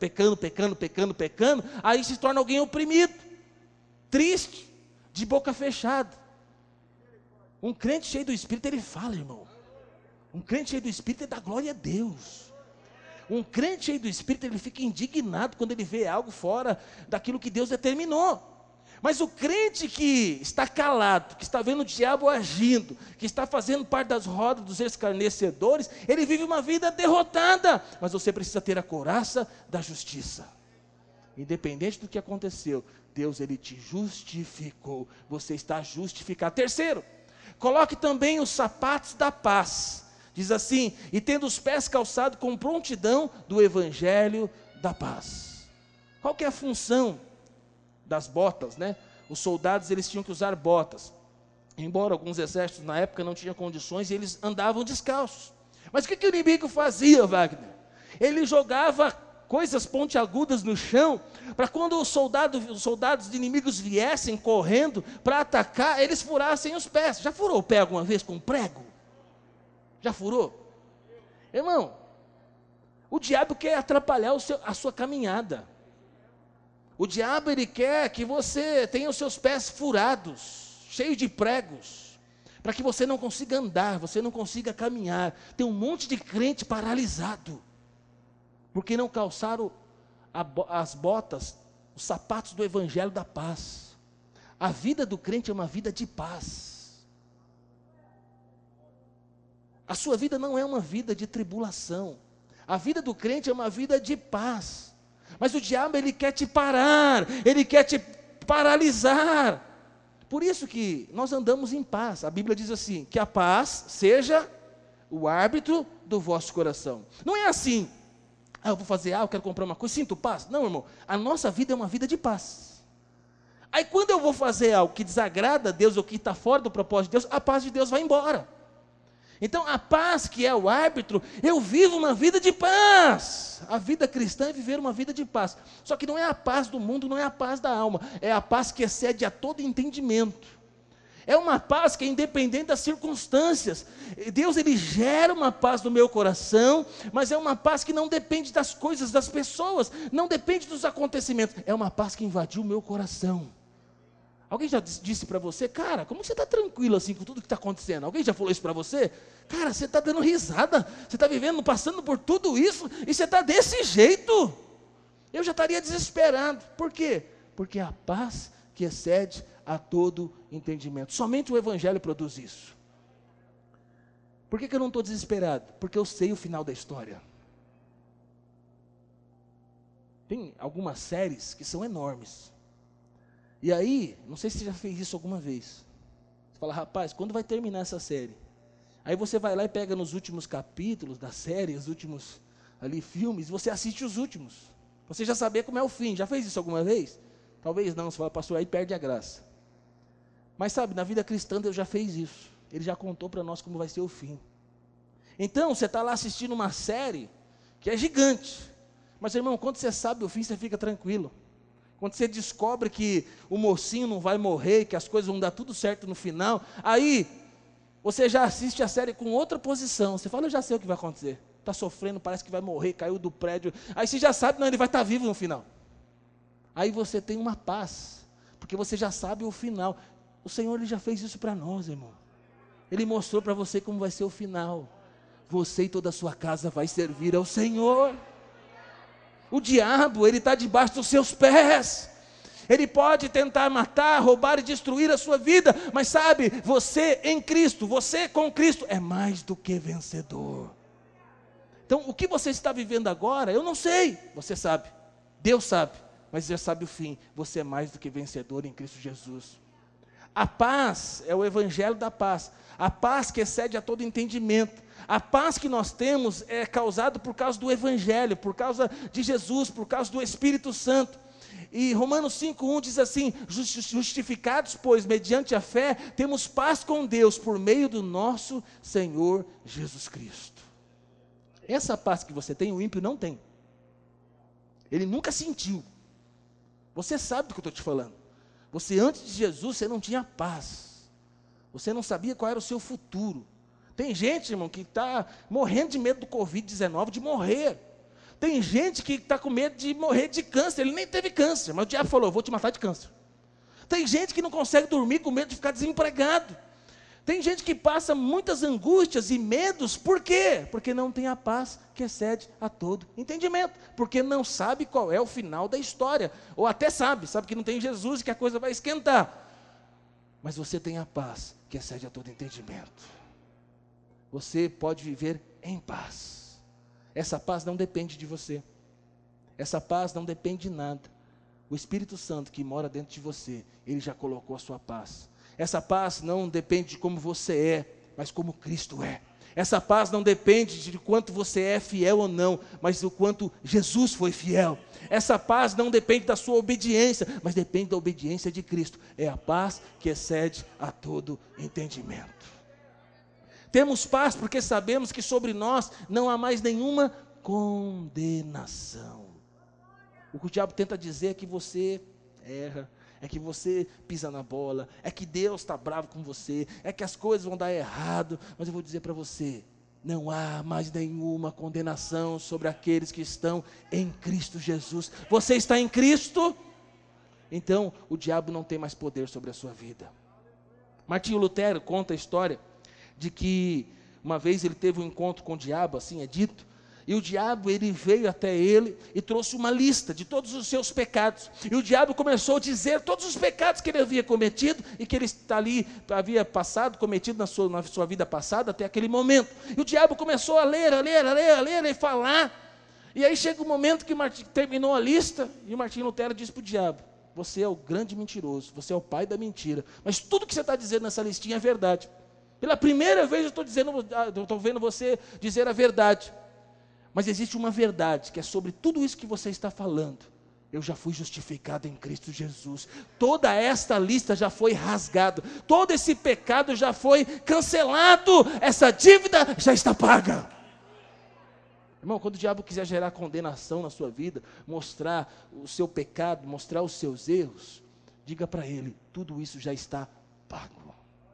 aí se torna alguém oprimido, triste, de boca fechada. Um crente cheio do Espírito, ele fala, irmão. Um crente cheio do Espírito, ele dá glória a Deus. Um crente cheio do Espírito, ele fica indignado quando ele vê algo fora daquilo que Deus determinou. Mas o crente que está calado, que está vendo o diabo agindo, que está fazendo parte das rodas dos escarnecedores, ele vive uma vida derrotada. Mas você precisa ter a couraça da justiça. Independente do que aconteceu, Deus, ele te justificou. Você está justificado. Terceiro, coloque também os sapatos da paz. Diz assim, e tendo os pés calçados com prontidão do evangelho da paz. Qual que é a função das botas, né? Os soldados, eles tinham que usar botas. Embora alguns exércitos na época não tinham condições, e eles andavam descalços. Mas o que o inimigo fazia, Wagner? Ele jogava coisas pontiagudas no chão, para quando os soldados inimigos viessem correndo para atacar, eles furassem os pés. Já furou o pé alguma vez com um prego? Já furou? Irmão, o diabo quer atrapalhar a sua caminhada. O diabo, ele quer que você tenha os seus pés furados, cheios de pregos, para que você não consiga andar, você não consiga caminhar. Tem um monte de crente paralisado, porque não calçaram as botas, os sapatos do evangelho da paz. A vida do crente é uma vida de paz. A sua vida não é uma vida de tribulação. A vida do crente é uma vida de paz. Mas o diabo, ele quer te parar, ele quer te paralisar. Por isso que nós andamos em paz. A Bíblia diz assim, que a paz seja o árbitro do vosso coração. Não é assim, eu vou fazer eu quero comprar uma coisa, sinto paz. Não, irmão, a nossa vida é uma vida de paz. Aí quando eu vou fazer algo que desagrada a Deus, ou que está fora do propósito de Deus, a paz de Deus vai embora. Então a paz, que é o árbitro, eu vivo uma vida de paz. A vida cristã é viver uma vida de paz. Só que não é a paz do mundo, não é a paz da alma, é a paz que excede a todo entendimento. É uma paz que é independente das circunstâncias. Deus, Ele gera uma paz no meu coração, mas é uma paz que não depende das coisas, das pessoas, não depende dos acontecimentos. É uma paz que invadiu o meu coração. Alguém já disse para você, cara, como você está tranquilo assim com tudo que está acontecendo? Alguém já falou isso para você? Cara, você está dando risada, você está vivendo, passando por tudo isso, e você está desse jeito. Eu já estaria desesperado. Por quê? Porque a paz que excede a todo entendimento. Somente o Evangelho produz isso. Por que eu não estou desesperado? Porque eu sei o final da história. Tem algumas séries que são enormes. E aí, não sei se você já fez isso alguma vez. Você fala, rapaz, quando vai terminar essa série? Aí você vai lá e pega nos últimos capítulos da série, os últimos ali filmes, e você assiste os últimos. Você já saber como é o fim. Já fez isso alguma vez? Talvez não, você fala, pastor, aí perde a graça. Mas sabe, na vida cristã Deus já fez isso. Ele já contou para nós como vai ser o fim. Então, você está lá assistindo uma série que é gigante. Mas, irmão, quando você sabe o fim, você fica tranquilo. Quando você descobre que o mocinho não vai morrer, que as coisas vão dar tudo certo no final, aí você já assiste a série com outra posição. Você fala, eu já sei o que vai acontecer. Está sofrendo, parece que vai morrer, caiu do prédio. Aí você já sabe, não, ele vai estar vivo no final. Aí você tem uma paz, porque você já sabe o final. O Senhor, Ele já fez isso para nós, irmão. Ele mostrou para você como vai ser o final. Você e toda a sua casa vai servir ao Senhor. O diabo, ele está debaixo dos seus pés. Ele pode tentar matar, roubar e destruir a sua vida. Mas sabe, você em Cristo, você com Cristo, é mais do que vencedor. Então, o que você está vivendo agora, eu não sei. Você sabe, Deus sabe, mas já sabe o fim. Você é mais do que vencedor em Cristo Jesus. A paz é o evangelho da paz. A paz que excede a todo entendimento. A paz que nós temos é causada por causa do evangelho, por causa de Jesus, por causa do Espírito Santo. E Romanos 5:1 diz assim: justificados, pois, mediante a fé, temos paz com Deus, por meio do nosso Senhor Jesus Cristo. Essa paz que você tem, o ímpio não tem. Ele nunca sentiu. Você sabe do que eu estou te falando. Você, antes de Jesus, você não tinha paz. Você não sabia qual era o seu futuro. Tem gente, irmão, que está morrendo de medo do Covid-19, de morrer. Tem gente que está com medo de morrer de câncer. Ele nem teve câncer, mas o diabo falou, vou te matar de câncer. Tem gente que não consegue dormir com medo de ficar desempregado. Tem gente que passa muitas angústias e medos. Por quê? Porque não tem a paz que excede a todo entendimento. Porque não sabe qual é o final da história. Ou até sabe que não tem Jesus e que a coisa vai esquentar. Mas você tem a paz que excede a todo entendimento. Você pode viver em paz. Essa paz não depende de você. Essa paz não depende de nada. O Espírito Santo que mora dentro de você, Ele já colocou a sua paz. Essa paz não depende de como você é, mas como Cristo é. Essa paz não depende de quanto você é fiel ou não, mas do quanto Jesus foi fiel. Essa paz não depende da sua obediência, mas depende da obediência de Cristo. É a paz que excede a todo entendimento. Temos paz porque sabemos que sobre nós não há mais nenhuma condenação. O que o diabo tenta dizer é que você erra, é que você pisa na bola, é que Deus está bravo com você, é que as coisas vão dar errado. Mas eu vou dizer para você, não há mais nenhuma condenação sobre aqueles que estão em Cristo Jesus. Você está em Cristo? Então o diabo não tem mais poder sobre a sua vida. Martinho Lutero conta a história de que uma vez ele teve um encontro com o diabo, assim é dito, e o diabo, ele veio até ele e trouxe uma lista de todos os seus pecados, e o diabo começou a dizer todos os pecados que ele havia cometido, e que ele ali havia cometido na sua vida passada, até aquele momento, e o diabo começou a ler, e falar, e aí chega o momento que terminou a lista, e o Martinho Lutero disse para o diabo, você é o grande mentiroso, você é o pai da mentira, mas tudo que você está dizendo nessa listinha é verdade. Pela primeira vez eu estou vendo você dizer a verdade. Mas existe uma verdade que é sobre tudo isso que você está falando. Eu já fui justificado em Cristo Jesus. Toda esta lista já foi rasgada. Todo esse pecado já foi cancelado. Essa dívida já está paga. Irmão, quando o diabo quiser gerar condenação na sua vida, mostrar o seu pecado, mostrar os seus erros, diga para ele, tudo isso já está pago.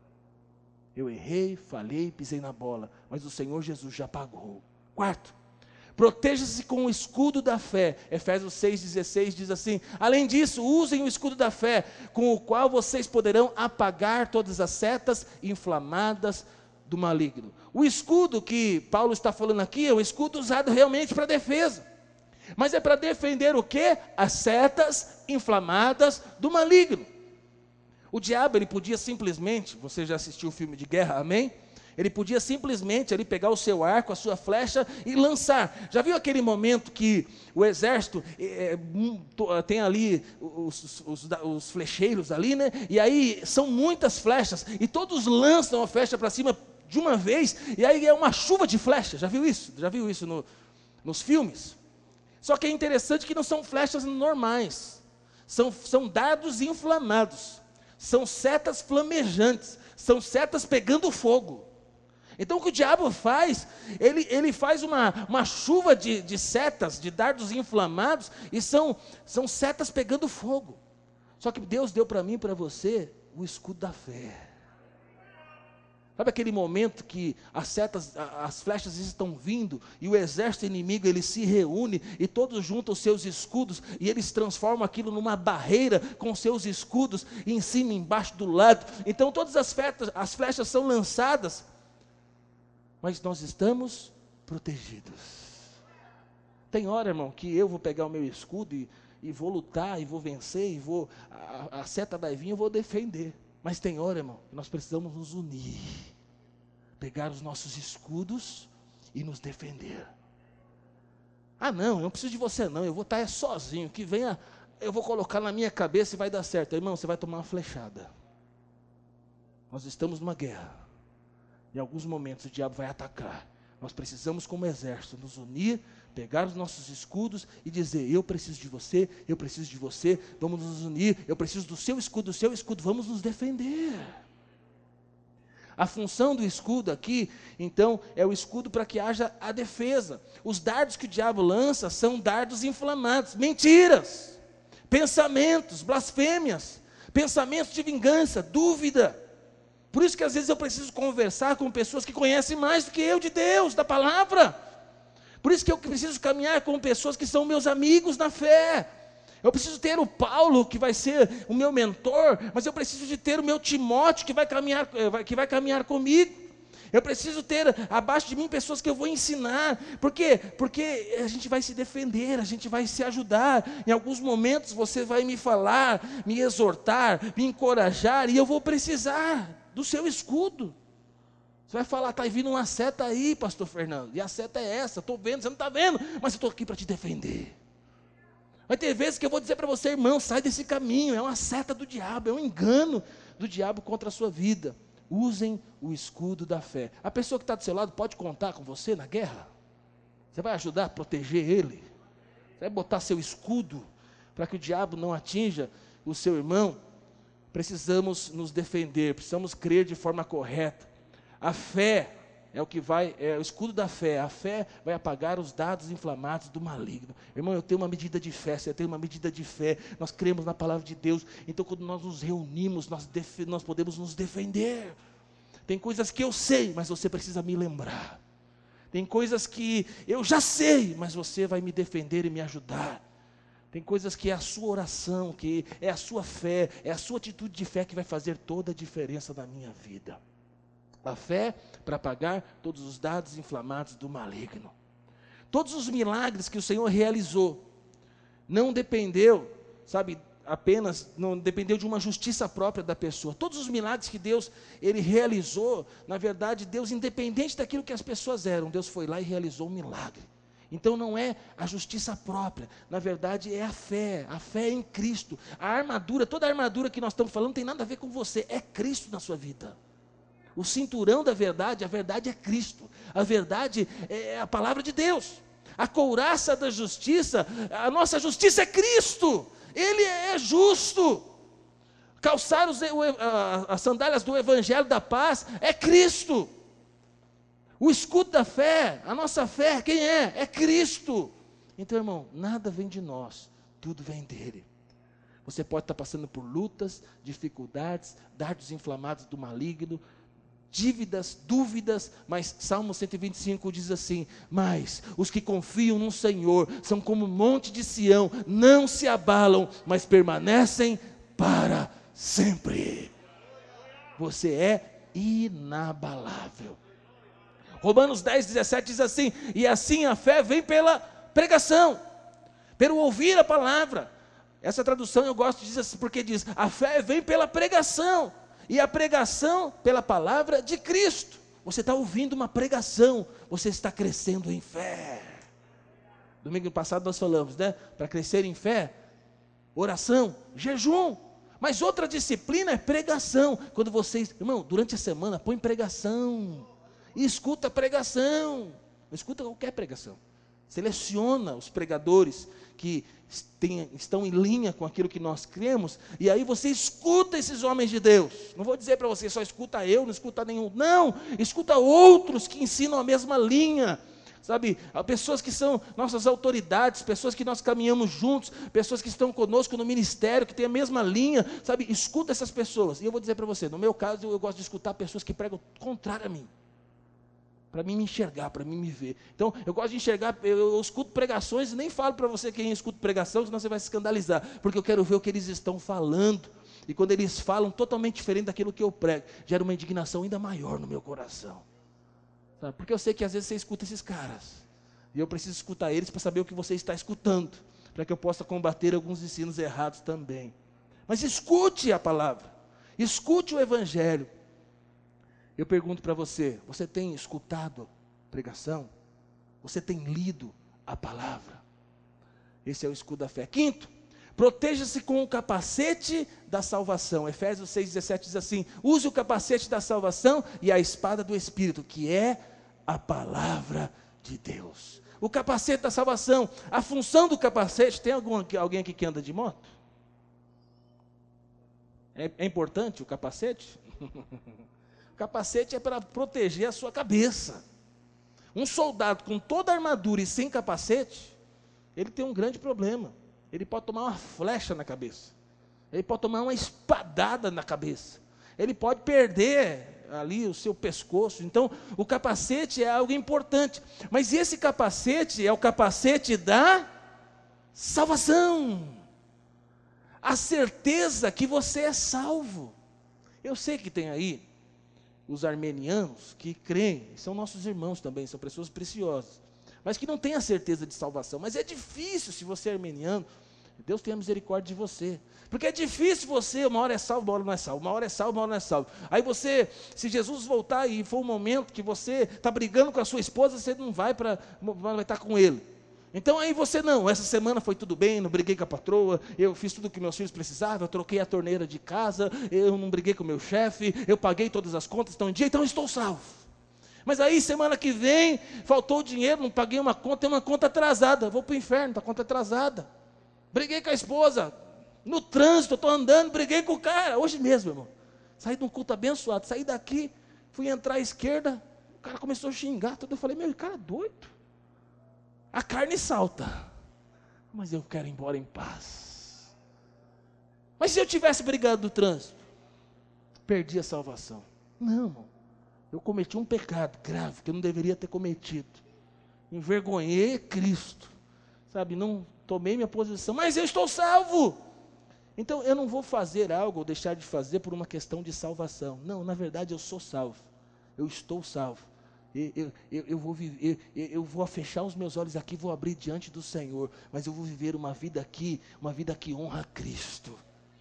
Eu errei, falhei, pisei na bola, mas o Senhor Jesus já pagou. Quarto, proteja-se com o escudo da fé. Efésios 6,16 diz assim: além disso, usem o escudo da fé, com o qual vocês poderão apagar todas as setas inflamadas do maligno. O escudo que Paulo está falando aqui é um escudo usado realmente para defesa. Mas é para defender o quê? As setas inflamadas do maligno. O diabo, ele podia simplesmente, você já assistiu o filme de guerra, amém? Ele podia simplesmente ali pegar o seu arco, a sua flecha e lançar. Já viu aquele momento que o exército tem ali os flecheiros ali, né? E aí são muitas flechas e todos lançam a flecha para cima de uma vez, e aí é uma chuva de flechas. Já viu isso? Já viu isso nos filmes? Só que é interessante que não são flechas normais, são dardos inflamados, são setas flamejantes, são setas pegando fogo. Então o que o diabo faz, ele faz uma chuva de setas, de dardos inflamados, e são setas pegando fogo. Só que Deus deu para mim e para você o escudo da fé. Sabe aquele momento que as flechas estão vindo e o exército inimigo ele se reúne e todos juntam os seus escudos e eles transformam aquilo numa barreira com seus escudos em cima, embaixo, do lado. Então todas as flechas são lançadas, mas nós estamos protegidos. Tem hora, irmão, que eu vou pegar o meu escudo e vou lutar e vou vencer e a seta vai vir e eu vou defender. Mas tem hora, irmão, que nós precisamos nos unir, pegar os nossos escudos e nos defender. Ah não, eu não preciso de você não, eu vou estar sozinho, que venha, eu vou colocar na minha cabeça e vai dar certo. Irmão, você vai tomar uma flechada. Nós estamos numa guerra, em alguns momentos o diabo vai atacar. Nós precisamos como exército nos unir, pegar os nossos escudos e dizer, eu preciso de você, vamos nos unir, eu preciso do seu escudo, vamos nos defender. A função do escudo aqui, então, é o escudo para que haja a defesa. Os dardos que o diabo lança são dardos inflamados, mentiras, pensamentos, blasfêmias, pensamentos de vingança, dúvida. Por isso que às vezes eu preciso conversar com pessoas que conhecem mais do que eu de Deus, da palavra. Por isso que eu preciso caminhar com pessoas que são meus amigos na fé. Eu preciso ter o Paulo, que vai ser o meu mentor, mas eu preciso de ter o meu Timóteo, que vai caminhar comigo. Eu preciso ter abaixo de mim pessoas que eu vou ensinar. Por quê? Porque a gente vai se defender, a gente vai se ajudar. Em alguns momentos você vai me falar, me exortar, me encorajar, e eu vou precisar do seu escudo. Você vai falar, está vindo uma seta aí, pastor Fernando, e a seta é essa, estou vendo, você não está vendo, mas eu estou aqui para te defender. Vai ter vezes que eu vou dizer para você, irmão, sai desse caminho, é uma seta do diabo, é um engano do diabo contra a sua vida. Usem o escudo da fé. A pessoa que está do seu lado pode contar com você na guerra? Você vai ajudar a proteger ele? Você vai botar seu escudo para que o diabo não atinja o seu irmão? Precisamos nos defender, precisamos crer de forma correta. A fé é o escudo da fé. A fé vai apagar os dardos inflamados do maligno. Irmão, eu tenho uma medida de fé, você tem uma medida de fé. Nós cremos na palavra de Deus. Então, quando nós nos reunimos, nós podemos nos defender. Tem coisas que eu sei, mas você precisa me lembrar. Tem coisas que eu já sei, mas você vai me defender e me ajudar. Tem coisas que é a sua oração, que é a sua fé, é a sua atitude de fé que vai fazer toda a diferença na minha vida. A fé para apagar todos os dardos inflamados do maligno. Todos os milagres que o Senhor realizou, não dependeu, não dependeu de uma justiça própria da pessoa. Todos os milagres que Deus, Ele realizou, na verdade, Deus, independente daquilo que as pessoas eram, Deus foi lá e realizou um milagre. Então não é a justiça própria, na verdade é a fé em Cristo. A armadura, toda a armadura que nós estamos falando não tem nada a ver com você, é Cristo na sua vida. O cinturão da verdade, a verdade é Cristo, a verdade é a palavra de Deus. A couraça da justiça, a nossa justiça é Cristo. Ele é justo. Calçar as sandálias do Evangelho da paz é Cristo. O escudo da fé, a nossa fé, quem é? É Cristo. Então, irmão, nada vem de nós, tudo vem dele. Você pode estar passando por lutas, dificuldades, dardos inflamados do maligno, dívidas, dúvidas, mas Salmo 125 diz assim: mas os que confiam no Senhor são como o monte de Sião, não se abalam, mas permanecem para sempre. Você é inabalável. Romanos 10, 17 diz assim: e assim a fé vem pela pregação, pelo ouvir a palavra. Essa tradução eu gosto de dizer assim, porque diz: a fé vem pela pregação, e a pregação pela palavra de Cristo. Você está ouvindo uma pregação, você está crescendo em fé. Domingo passado nós falamos, né? Para crescer em fé, oração, jejum. Mas outra disciplina é pregação. Quando vocês, irmão, durante a semana, põe pregação. E escuta a pregação. Não escuta qualquer pregação. Seleciona os pregadores que estão em linha com aquilo que nós cremos. E aí você escuta esses homens de Deus. Não vou dizer para você, só escuta eu, não escuta nenhum. Não, escuta outros que ensinam a mesma linha. Sabe, pessoas que são nossas autoridades, pessoas que nós caminhamos juntos, pessoas que estão conosco no ministério, que têm a mesma linha, sabe, escuta essas pessoas. E eu vou dizer para você, no meu caso, eu gosto de escutar pessoas que pregam contrário a mim, para mim me enxergar, para mim me ver. Então, eu gosto de enxergar, eu escuto pregações e nem falo para você quem escuta pregação, senão você vai se escandalizar, porque eu quero ver o que eles estão falando, e quando eles falam totalmente diferente daquilo que eu prego, gera uma indignação ainda maior no meu coração. Porque eu sei que às vezes você escuta esses caras, e eu preciso escutar eles para saber o que você está escutando, para que eu possa combater alguns ensinos errados também. Mas escute a palavra, escute o Evangelho. Eu pergunto para você, você tem escutado pregação? Você tem lido a palavra? Esse é o escudo da fé. Quinto, proteja-se com o capacete da salvação. Efésios 6,17 diz assim: use o capacete da salvação e a espada do Espírito, que é a palavra de Deus. O capacete da salvação, a função do capacete, tem alguém aqui que anda de moto? É importante o capacete? O capacete é para proteger a sua cabeça. Um soldado com toda a armadura e sem capacete, ele tem um grande problema. Ele pode tomar uma flecha na cabeça, ele pode tomar uma espadada na cabeça, ele pode perder ali o seu pescoço. Então, o capacete é algo importante, mas esse capacete é o capacete da salvação, a certeza que você é salvo. Eu sei que tem aí os armenianos que creem, são nossos irmãos também, são pessoas preciosas, mas que não têm a certeza de salvação. Mas é difícil, se você é armeniano, Deus tenha misericórdia de você, porque é difícil você, uma hora é salvo, uma hora não é salvo, uma hora é salvo, uma hora não é salvo. Aí você, se Jesus voltar e for um momento que você está brigando com a sua esposa, você não vai estar com ele. Então aí você não, essa semana foi tudo bem, não briguei com a patroa, eu fiz tudo o que meus filhos precisavam, eu troquei a torneira de casa, eu não briguei com o meu chefe, eu paguei todas as contas, estão em dia, então eu estou salvo. Mas aí semana que vem, faltou dinheiro, não paguei uma conta, tem uma conta atrasada, vou para o inferno, está conta atrasada. Briguei com a esposa, no trânsito, estou andando, briguei com o cara, hoje mesmo, irmão. Saí de um culto abençoado, saí daqui, fui entrar à esquerda, o cara começou a xingar, tudo. Eu falei, meu, cara doido. A carne salta, mas eu quero ir embora em paz. Mas se eu tivesse brigado no trânsito, perdi a salvação. Não, irmão, eu cometi um pecado grave, que eu não deveria ter cometido. Envergonhei Cristo, sabe, não tomei minha posição, mas eu estou salvo. Então eu não vou fazer algo ou deixar de fazer por uma questão de salvação. Não, na verdade eu sou salvo, eu estou salvo. Eu vou viver, eu vou fechar os meus olhos aqui, vou abrir diante do Senhor, mas eu vou viver uma vida aqui, uma vida que honra Cristo.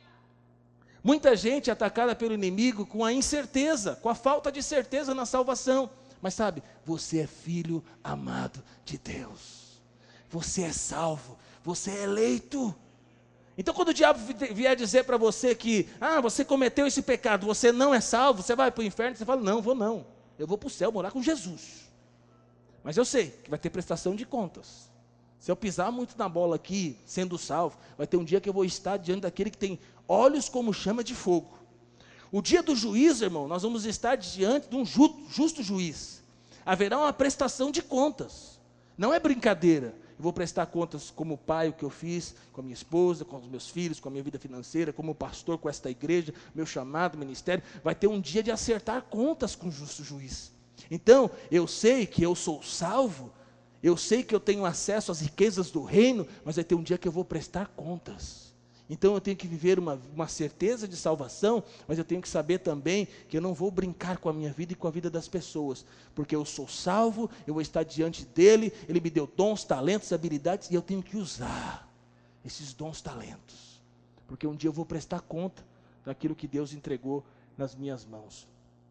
Muita gente é atacada pelo inimigo com a incerteza, com a falta de certeza na salvação. Mas sabe, você é filho amado de Deus, você é salvo, você é eleito. Então quando o diabo vier dizer para você que, você cometeu esse pecado, você não é salvo, você vai para o inferno, você fala, não, vou não, eu vou para o céu morar com Jesus. Mas eu sei que vai ter prestação de contas. Se eu pisar muito na bola aqui, sendo salvo, vai ter um dia que eu vou estar diante daquele que tem olhos como chama de fogo. O dia do juízo, irmão, nós vamos estar diante de um justo juiz. Haverá uma prestação de contas. Não é brincadeira. Eu vou prestar contas como pai, o que eu fiz com a minha esposa, com os meus filhos, com a minha vida financeira, como pastor com esta igreja, meu chamado, ministério. Vai ter um dia de acertar contas com o justo juiz. Então, eu sei que eu sou salvo, eu sei que eu tenho acesso às riquezas do reino, mas vai ter um dia que eu vou prestar contas. Então eu tenho que viver uma certeza de salvação, mas eu tenho que saber também que eu não vou brincar com a minha vida e com a vida das pessoas, porque eu sou salvo, eu vou estar diante dele, ele me deu dons, talentos, habilidades, e eu tenho que usar esses dons, talentos, porque um dia eu vou prestar conta daquilo que Deus entregou nas minhas mãos.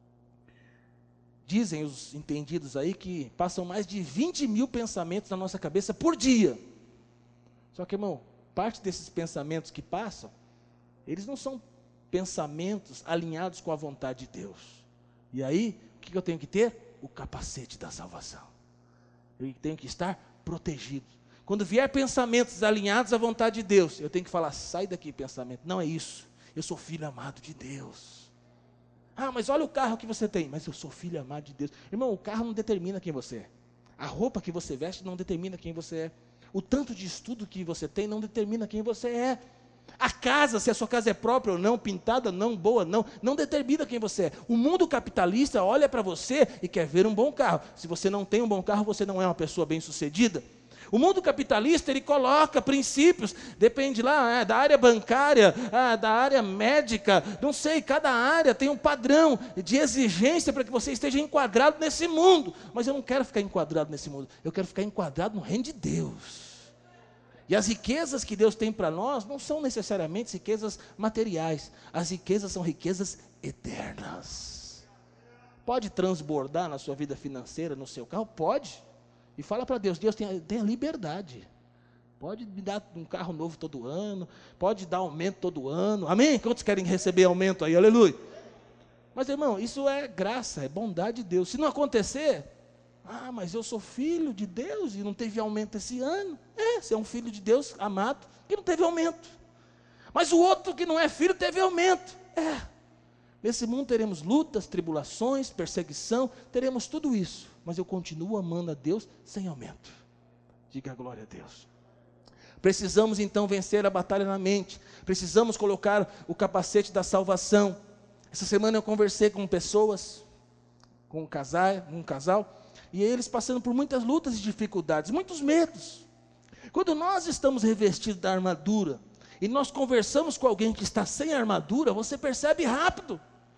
Dizem os entendidos aí que passam mais de 20 mil pensamentos na nossa cabeça por dia. Só que, irmão, parte desses pensamentos que passam, eles não são pensamentos alinhados com a vontade de Deus. E aí, o que eu tenho que ter? O capacete da salvação. Eu tenho que estar protegido. Quando vier pensamentos alinhados à vontade de Deus, eu tenho que falar, sai daqui pensamento. Não é isso, eu sou filho amado de Deus. Ah, mas olha o carro que você tem. Mas eu sou filho amado de Deus. Irmão, o carro não determina quem você é. A roupa que você veste não determina quem você é. O tanto de estudo que você tem não determina quem você é. A casa, se a sua casa é própria ou não, pintada, não, boa, não determina quem você é. O mundo capitalista olha para você e quer ver um bom carro. Se você não tem um bom carro, você não é uma pessoa bem-sucedida. O mundo capitalista, ele coloca princípios, depende lá da área bancária, da área médica, não sei, cada área tem um padrão de exigência para que você esteja enquadrado nesse mundo. Mas eu não quero ficar enquadrado nesse mundo, eu quero ficar enquadrado no reino de Deus. E as riquezas que Deus tem para nós não são necessariamente riquezas materiais, as riquezas são riquezas eternas. Pode transbordar na sua vida financeira, no seu carro? Pode. E fala para Deus, Deus tem a liberdade. Pode me dar um carro novo todo ano, pode dar aumento todo ano. Amém? Quantos querem receber aumento aí? Aleluia. Mas, irmão, isso é graça, é bondade de Deus. Se não acontecer, mas eu sou filho de Deus e não teve aumento esse ano. Você é um filho de Deus amado que não teve aumento. Mas o outro que não é filho teve aumento. Nesse mundo teremos lutas, tribulações, perseguição, teremos tudo isso. Mas eu continuo amando a Deus sem aumento. Diga glória a Deus. Precisamos então vencer a batalha na mente. Precisamos colocar o capacete da salvação. Essa semana eu conversei com pessoas, com um casal, e eles passando por muitas lutas e dificuldades, muitos medos. Quando nós estamos revestidos da armadura, e nós conversamos com alguém que está sem armadura, você percebe rápido.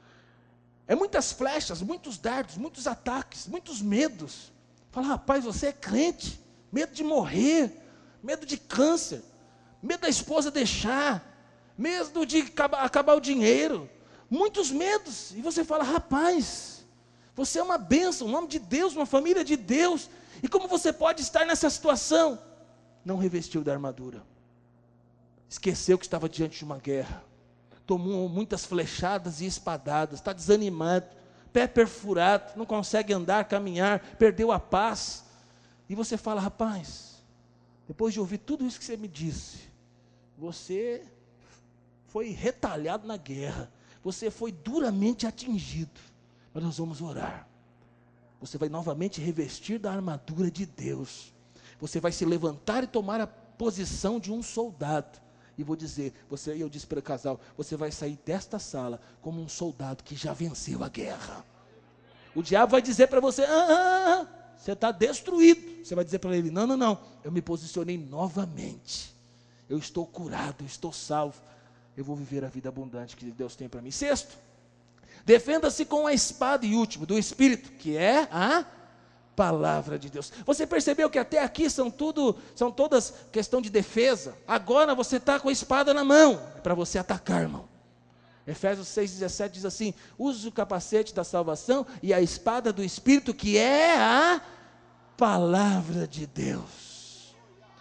É muitas flechas, muitos dardos, muitos ataques, muitos medos. Fala, rapaz, você é crente, medo de morrer, medo de câncer, medo da esposa deixar, medo de acabar o dinheiro, muitos medos. E você fala, rapaz, você é uma bênção, um homem de Deus, uma família de Deus. E como você pode estar nessa situação? Não revestiu da armadura. Esqueceu que estava diante de uma guerra. Tomou muitas flechadas e espadadas, está desanimado, pé perfurado, não consegue andar, caminhar, perdeu a paz. E você fala, rapaz, depois de ouvir tudo isso que você me disse, você foi retalhado na guerra, você foi duramente atingido, mas nós vamos orar. Você vai novamente revestir da armadura de Deus, você vai se levantar e tomar a posição de um soldado. E vou dizer, eu disse para o casal, você vai sair desta sala como um soldado que já venceu a guerra. O diabo vai dizer para você, você está destruído. Você vai dizer para ele, não, eu me posicionei novamente. Eu estou curado, eu estou salvo. Eu vou viver a vida abundante que Deus tem para mim. Sexto, defenda-se com a espada e último do Espírito, que é a palavra de Deus. Você percebeu que até aqui são todas questão de defesa. Agora você está com a espada na mão, para você atacar, irmão. Efésios 6,17 diz assim, use o capacete da salvação e a espada do Espírito, que é a palavra de Deus.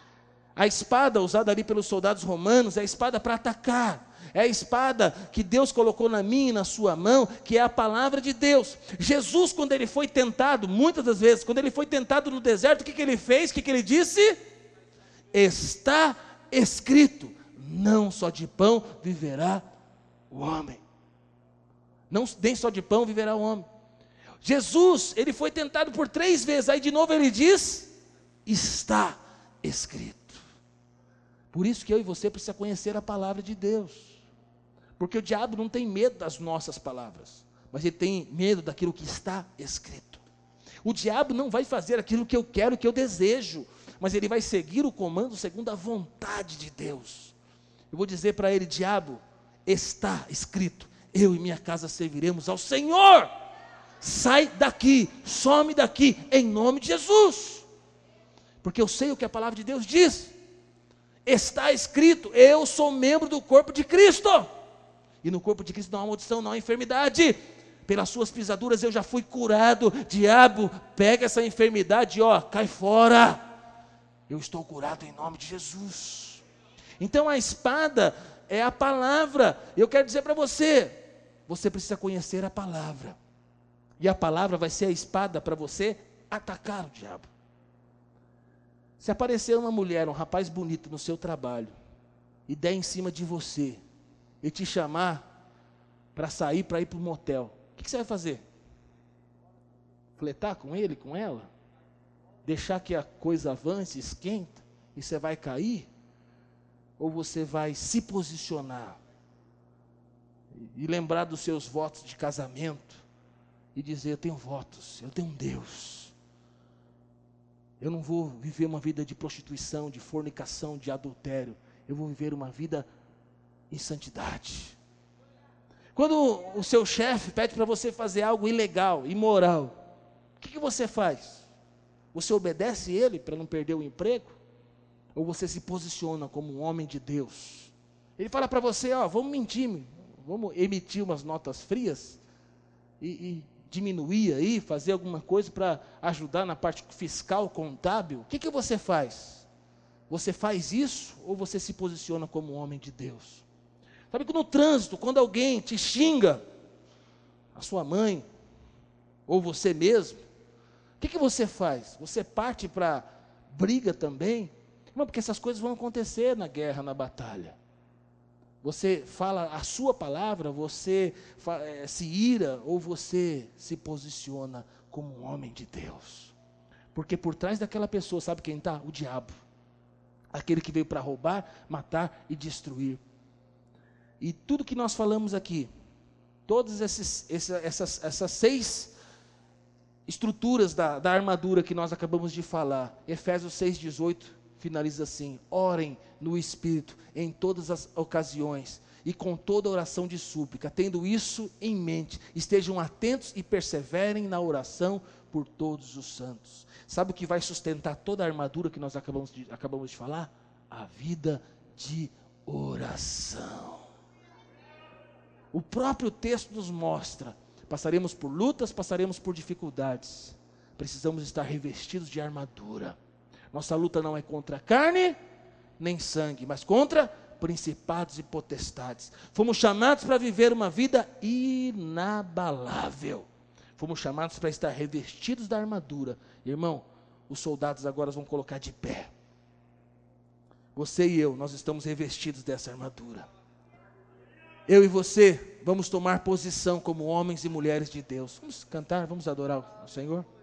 A espada usada ali pelos soldados romanos é a espada para atacar. É a espada que Deus colocou na minha e na sua mão, que é a palavra de Deus. Jesus, quando ele foi tentado, muitas das vezes, quando ele foi tentado no deserto, o que ele fez? O que ele disse? Está escrito, não só de pão viverá o homem. Não, nem só de pão viverá o homem. Jesus, ele foi tentado por 3 vezes, aí de novo ele diz, está escrito. Por isso que eu e você precisamos conhecer a palavra de Deus. Porque o diabo não tem medo das nossas palavras, mas ele tem medo daquilo que está escrito. O diabo não vai fazer aquilo que eu quero, que eu desejo, mas ele vai seguir o comando segundo a vontade de Deus. Eu vou dizer para ele: diabo, está escrito, eu e minha casa serviremos ao Senhor. Sai daqui, some daqui, em nome de Jesus. Porque eu sei o que a palavra de Deus diz. Está escrito, eu sou membro do corpo de Cristo. E no corpo de Cristo não há maldição, não há enfermidade. Pelas suas pisaduras eu já fui curado. Diabo, pega essa enfermidade, ó, cai fora. Eu estou curado em nome de Jesus. Então a espada é a palavra. Eu quero dizer para você, você precisa conhecer a palavra. E a palavra vai ser a espada para você atacar o diabo. Se aparecer uma mulher, um rapaz bonito no seu trabalho, e der em cima de você, e te chamar para sair, para ir para o motel, o que você vai fazer? Fletar com ele, com ela? Deixar que a coisa avance, esquenta, e você vai cair? Ou você vai se posicionar, e lembrar dos seus votos de casamento, e dizer: eu tenho votos, eu tenho um Deus. Eu não vou viver uma vida de prostituição, de fornicação, de adultério. Eu vou viver uma vida em santidade. Quando o seu chefe pede para você fazer algo ilegal, imoral, o que você faz? Você obedece ele para não perder o emprego? Ou você se posiciona como um homem de Deus? Ele fala para você: ó, vamos mentir, vamos emitir umas notas frias e diminuir aí, fazer alguma coisa para ajudar na parte fiscal, contábil. O que você faz? Você faz isso ou você se posiciona como um homem de Deus? Sabe que no trânsito, quando alguém te xinga, a sua mãe, ou você mesmo, o que você faz? Você parte para briga também? Não, porque essas coisas vão acontecer na guerra, na batalha. Você fala a sua palavra, você se ira, ou você se posiciona como um homem de Deus? Porque por trás daquela pessoa, sabe quem está? O diabo. Aquele que veio para roubar, matar e destruir. E tudo que nós falamos aqui, todas essas 6 estruturas da armadura que nós acabamos de falar, Efésios 6,18, finaliza assim: orem no Espírito em todas as ocasiões e com toda oração de súplica, tendo isso em mente, estejam atentos e perseverem na oração por todos os santos. Sabe o que vai sustentar toda a armadura que nós acabamos de falar? A vida de oração. O próprio texto nos mostra: passaremos por lutas, passaremos por dificuldades, precisamos estar revestidos de armadura. Nossa luta não é contra carne, nem sangue, mas contra principados e potestades. Fomos chamados para viver uma vida inabalável. Fomos chamados para estar revestidos da armadura. Irmão, os soldados agora vão colocar de pé. Você e eu, nós estamos revestidos dessa armadura. Eu e você vamos tomar posição como homens e mulheres de Deus. Vamos cantar, vamos adorar o Senhor.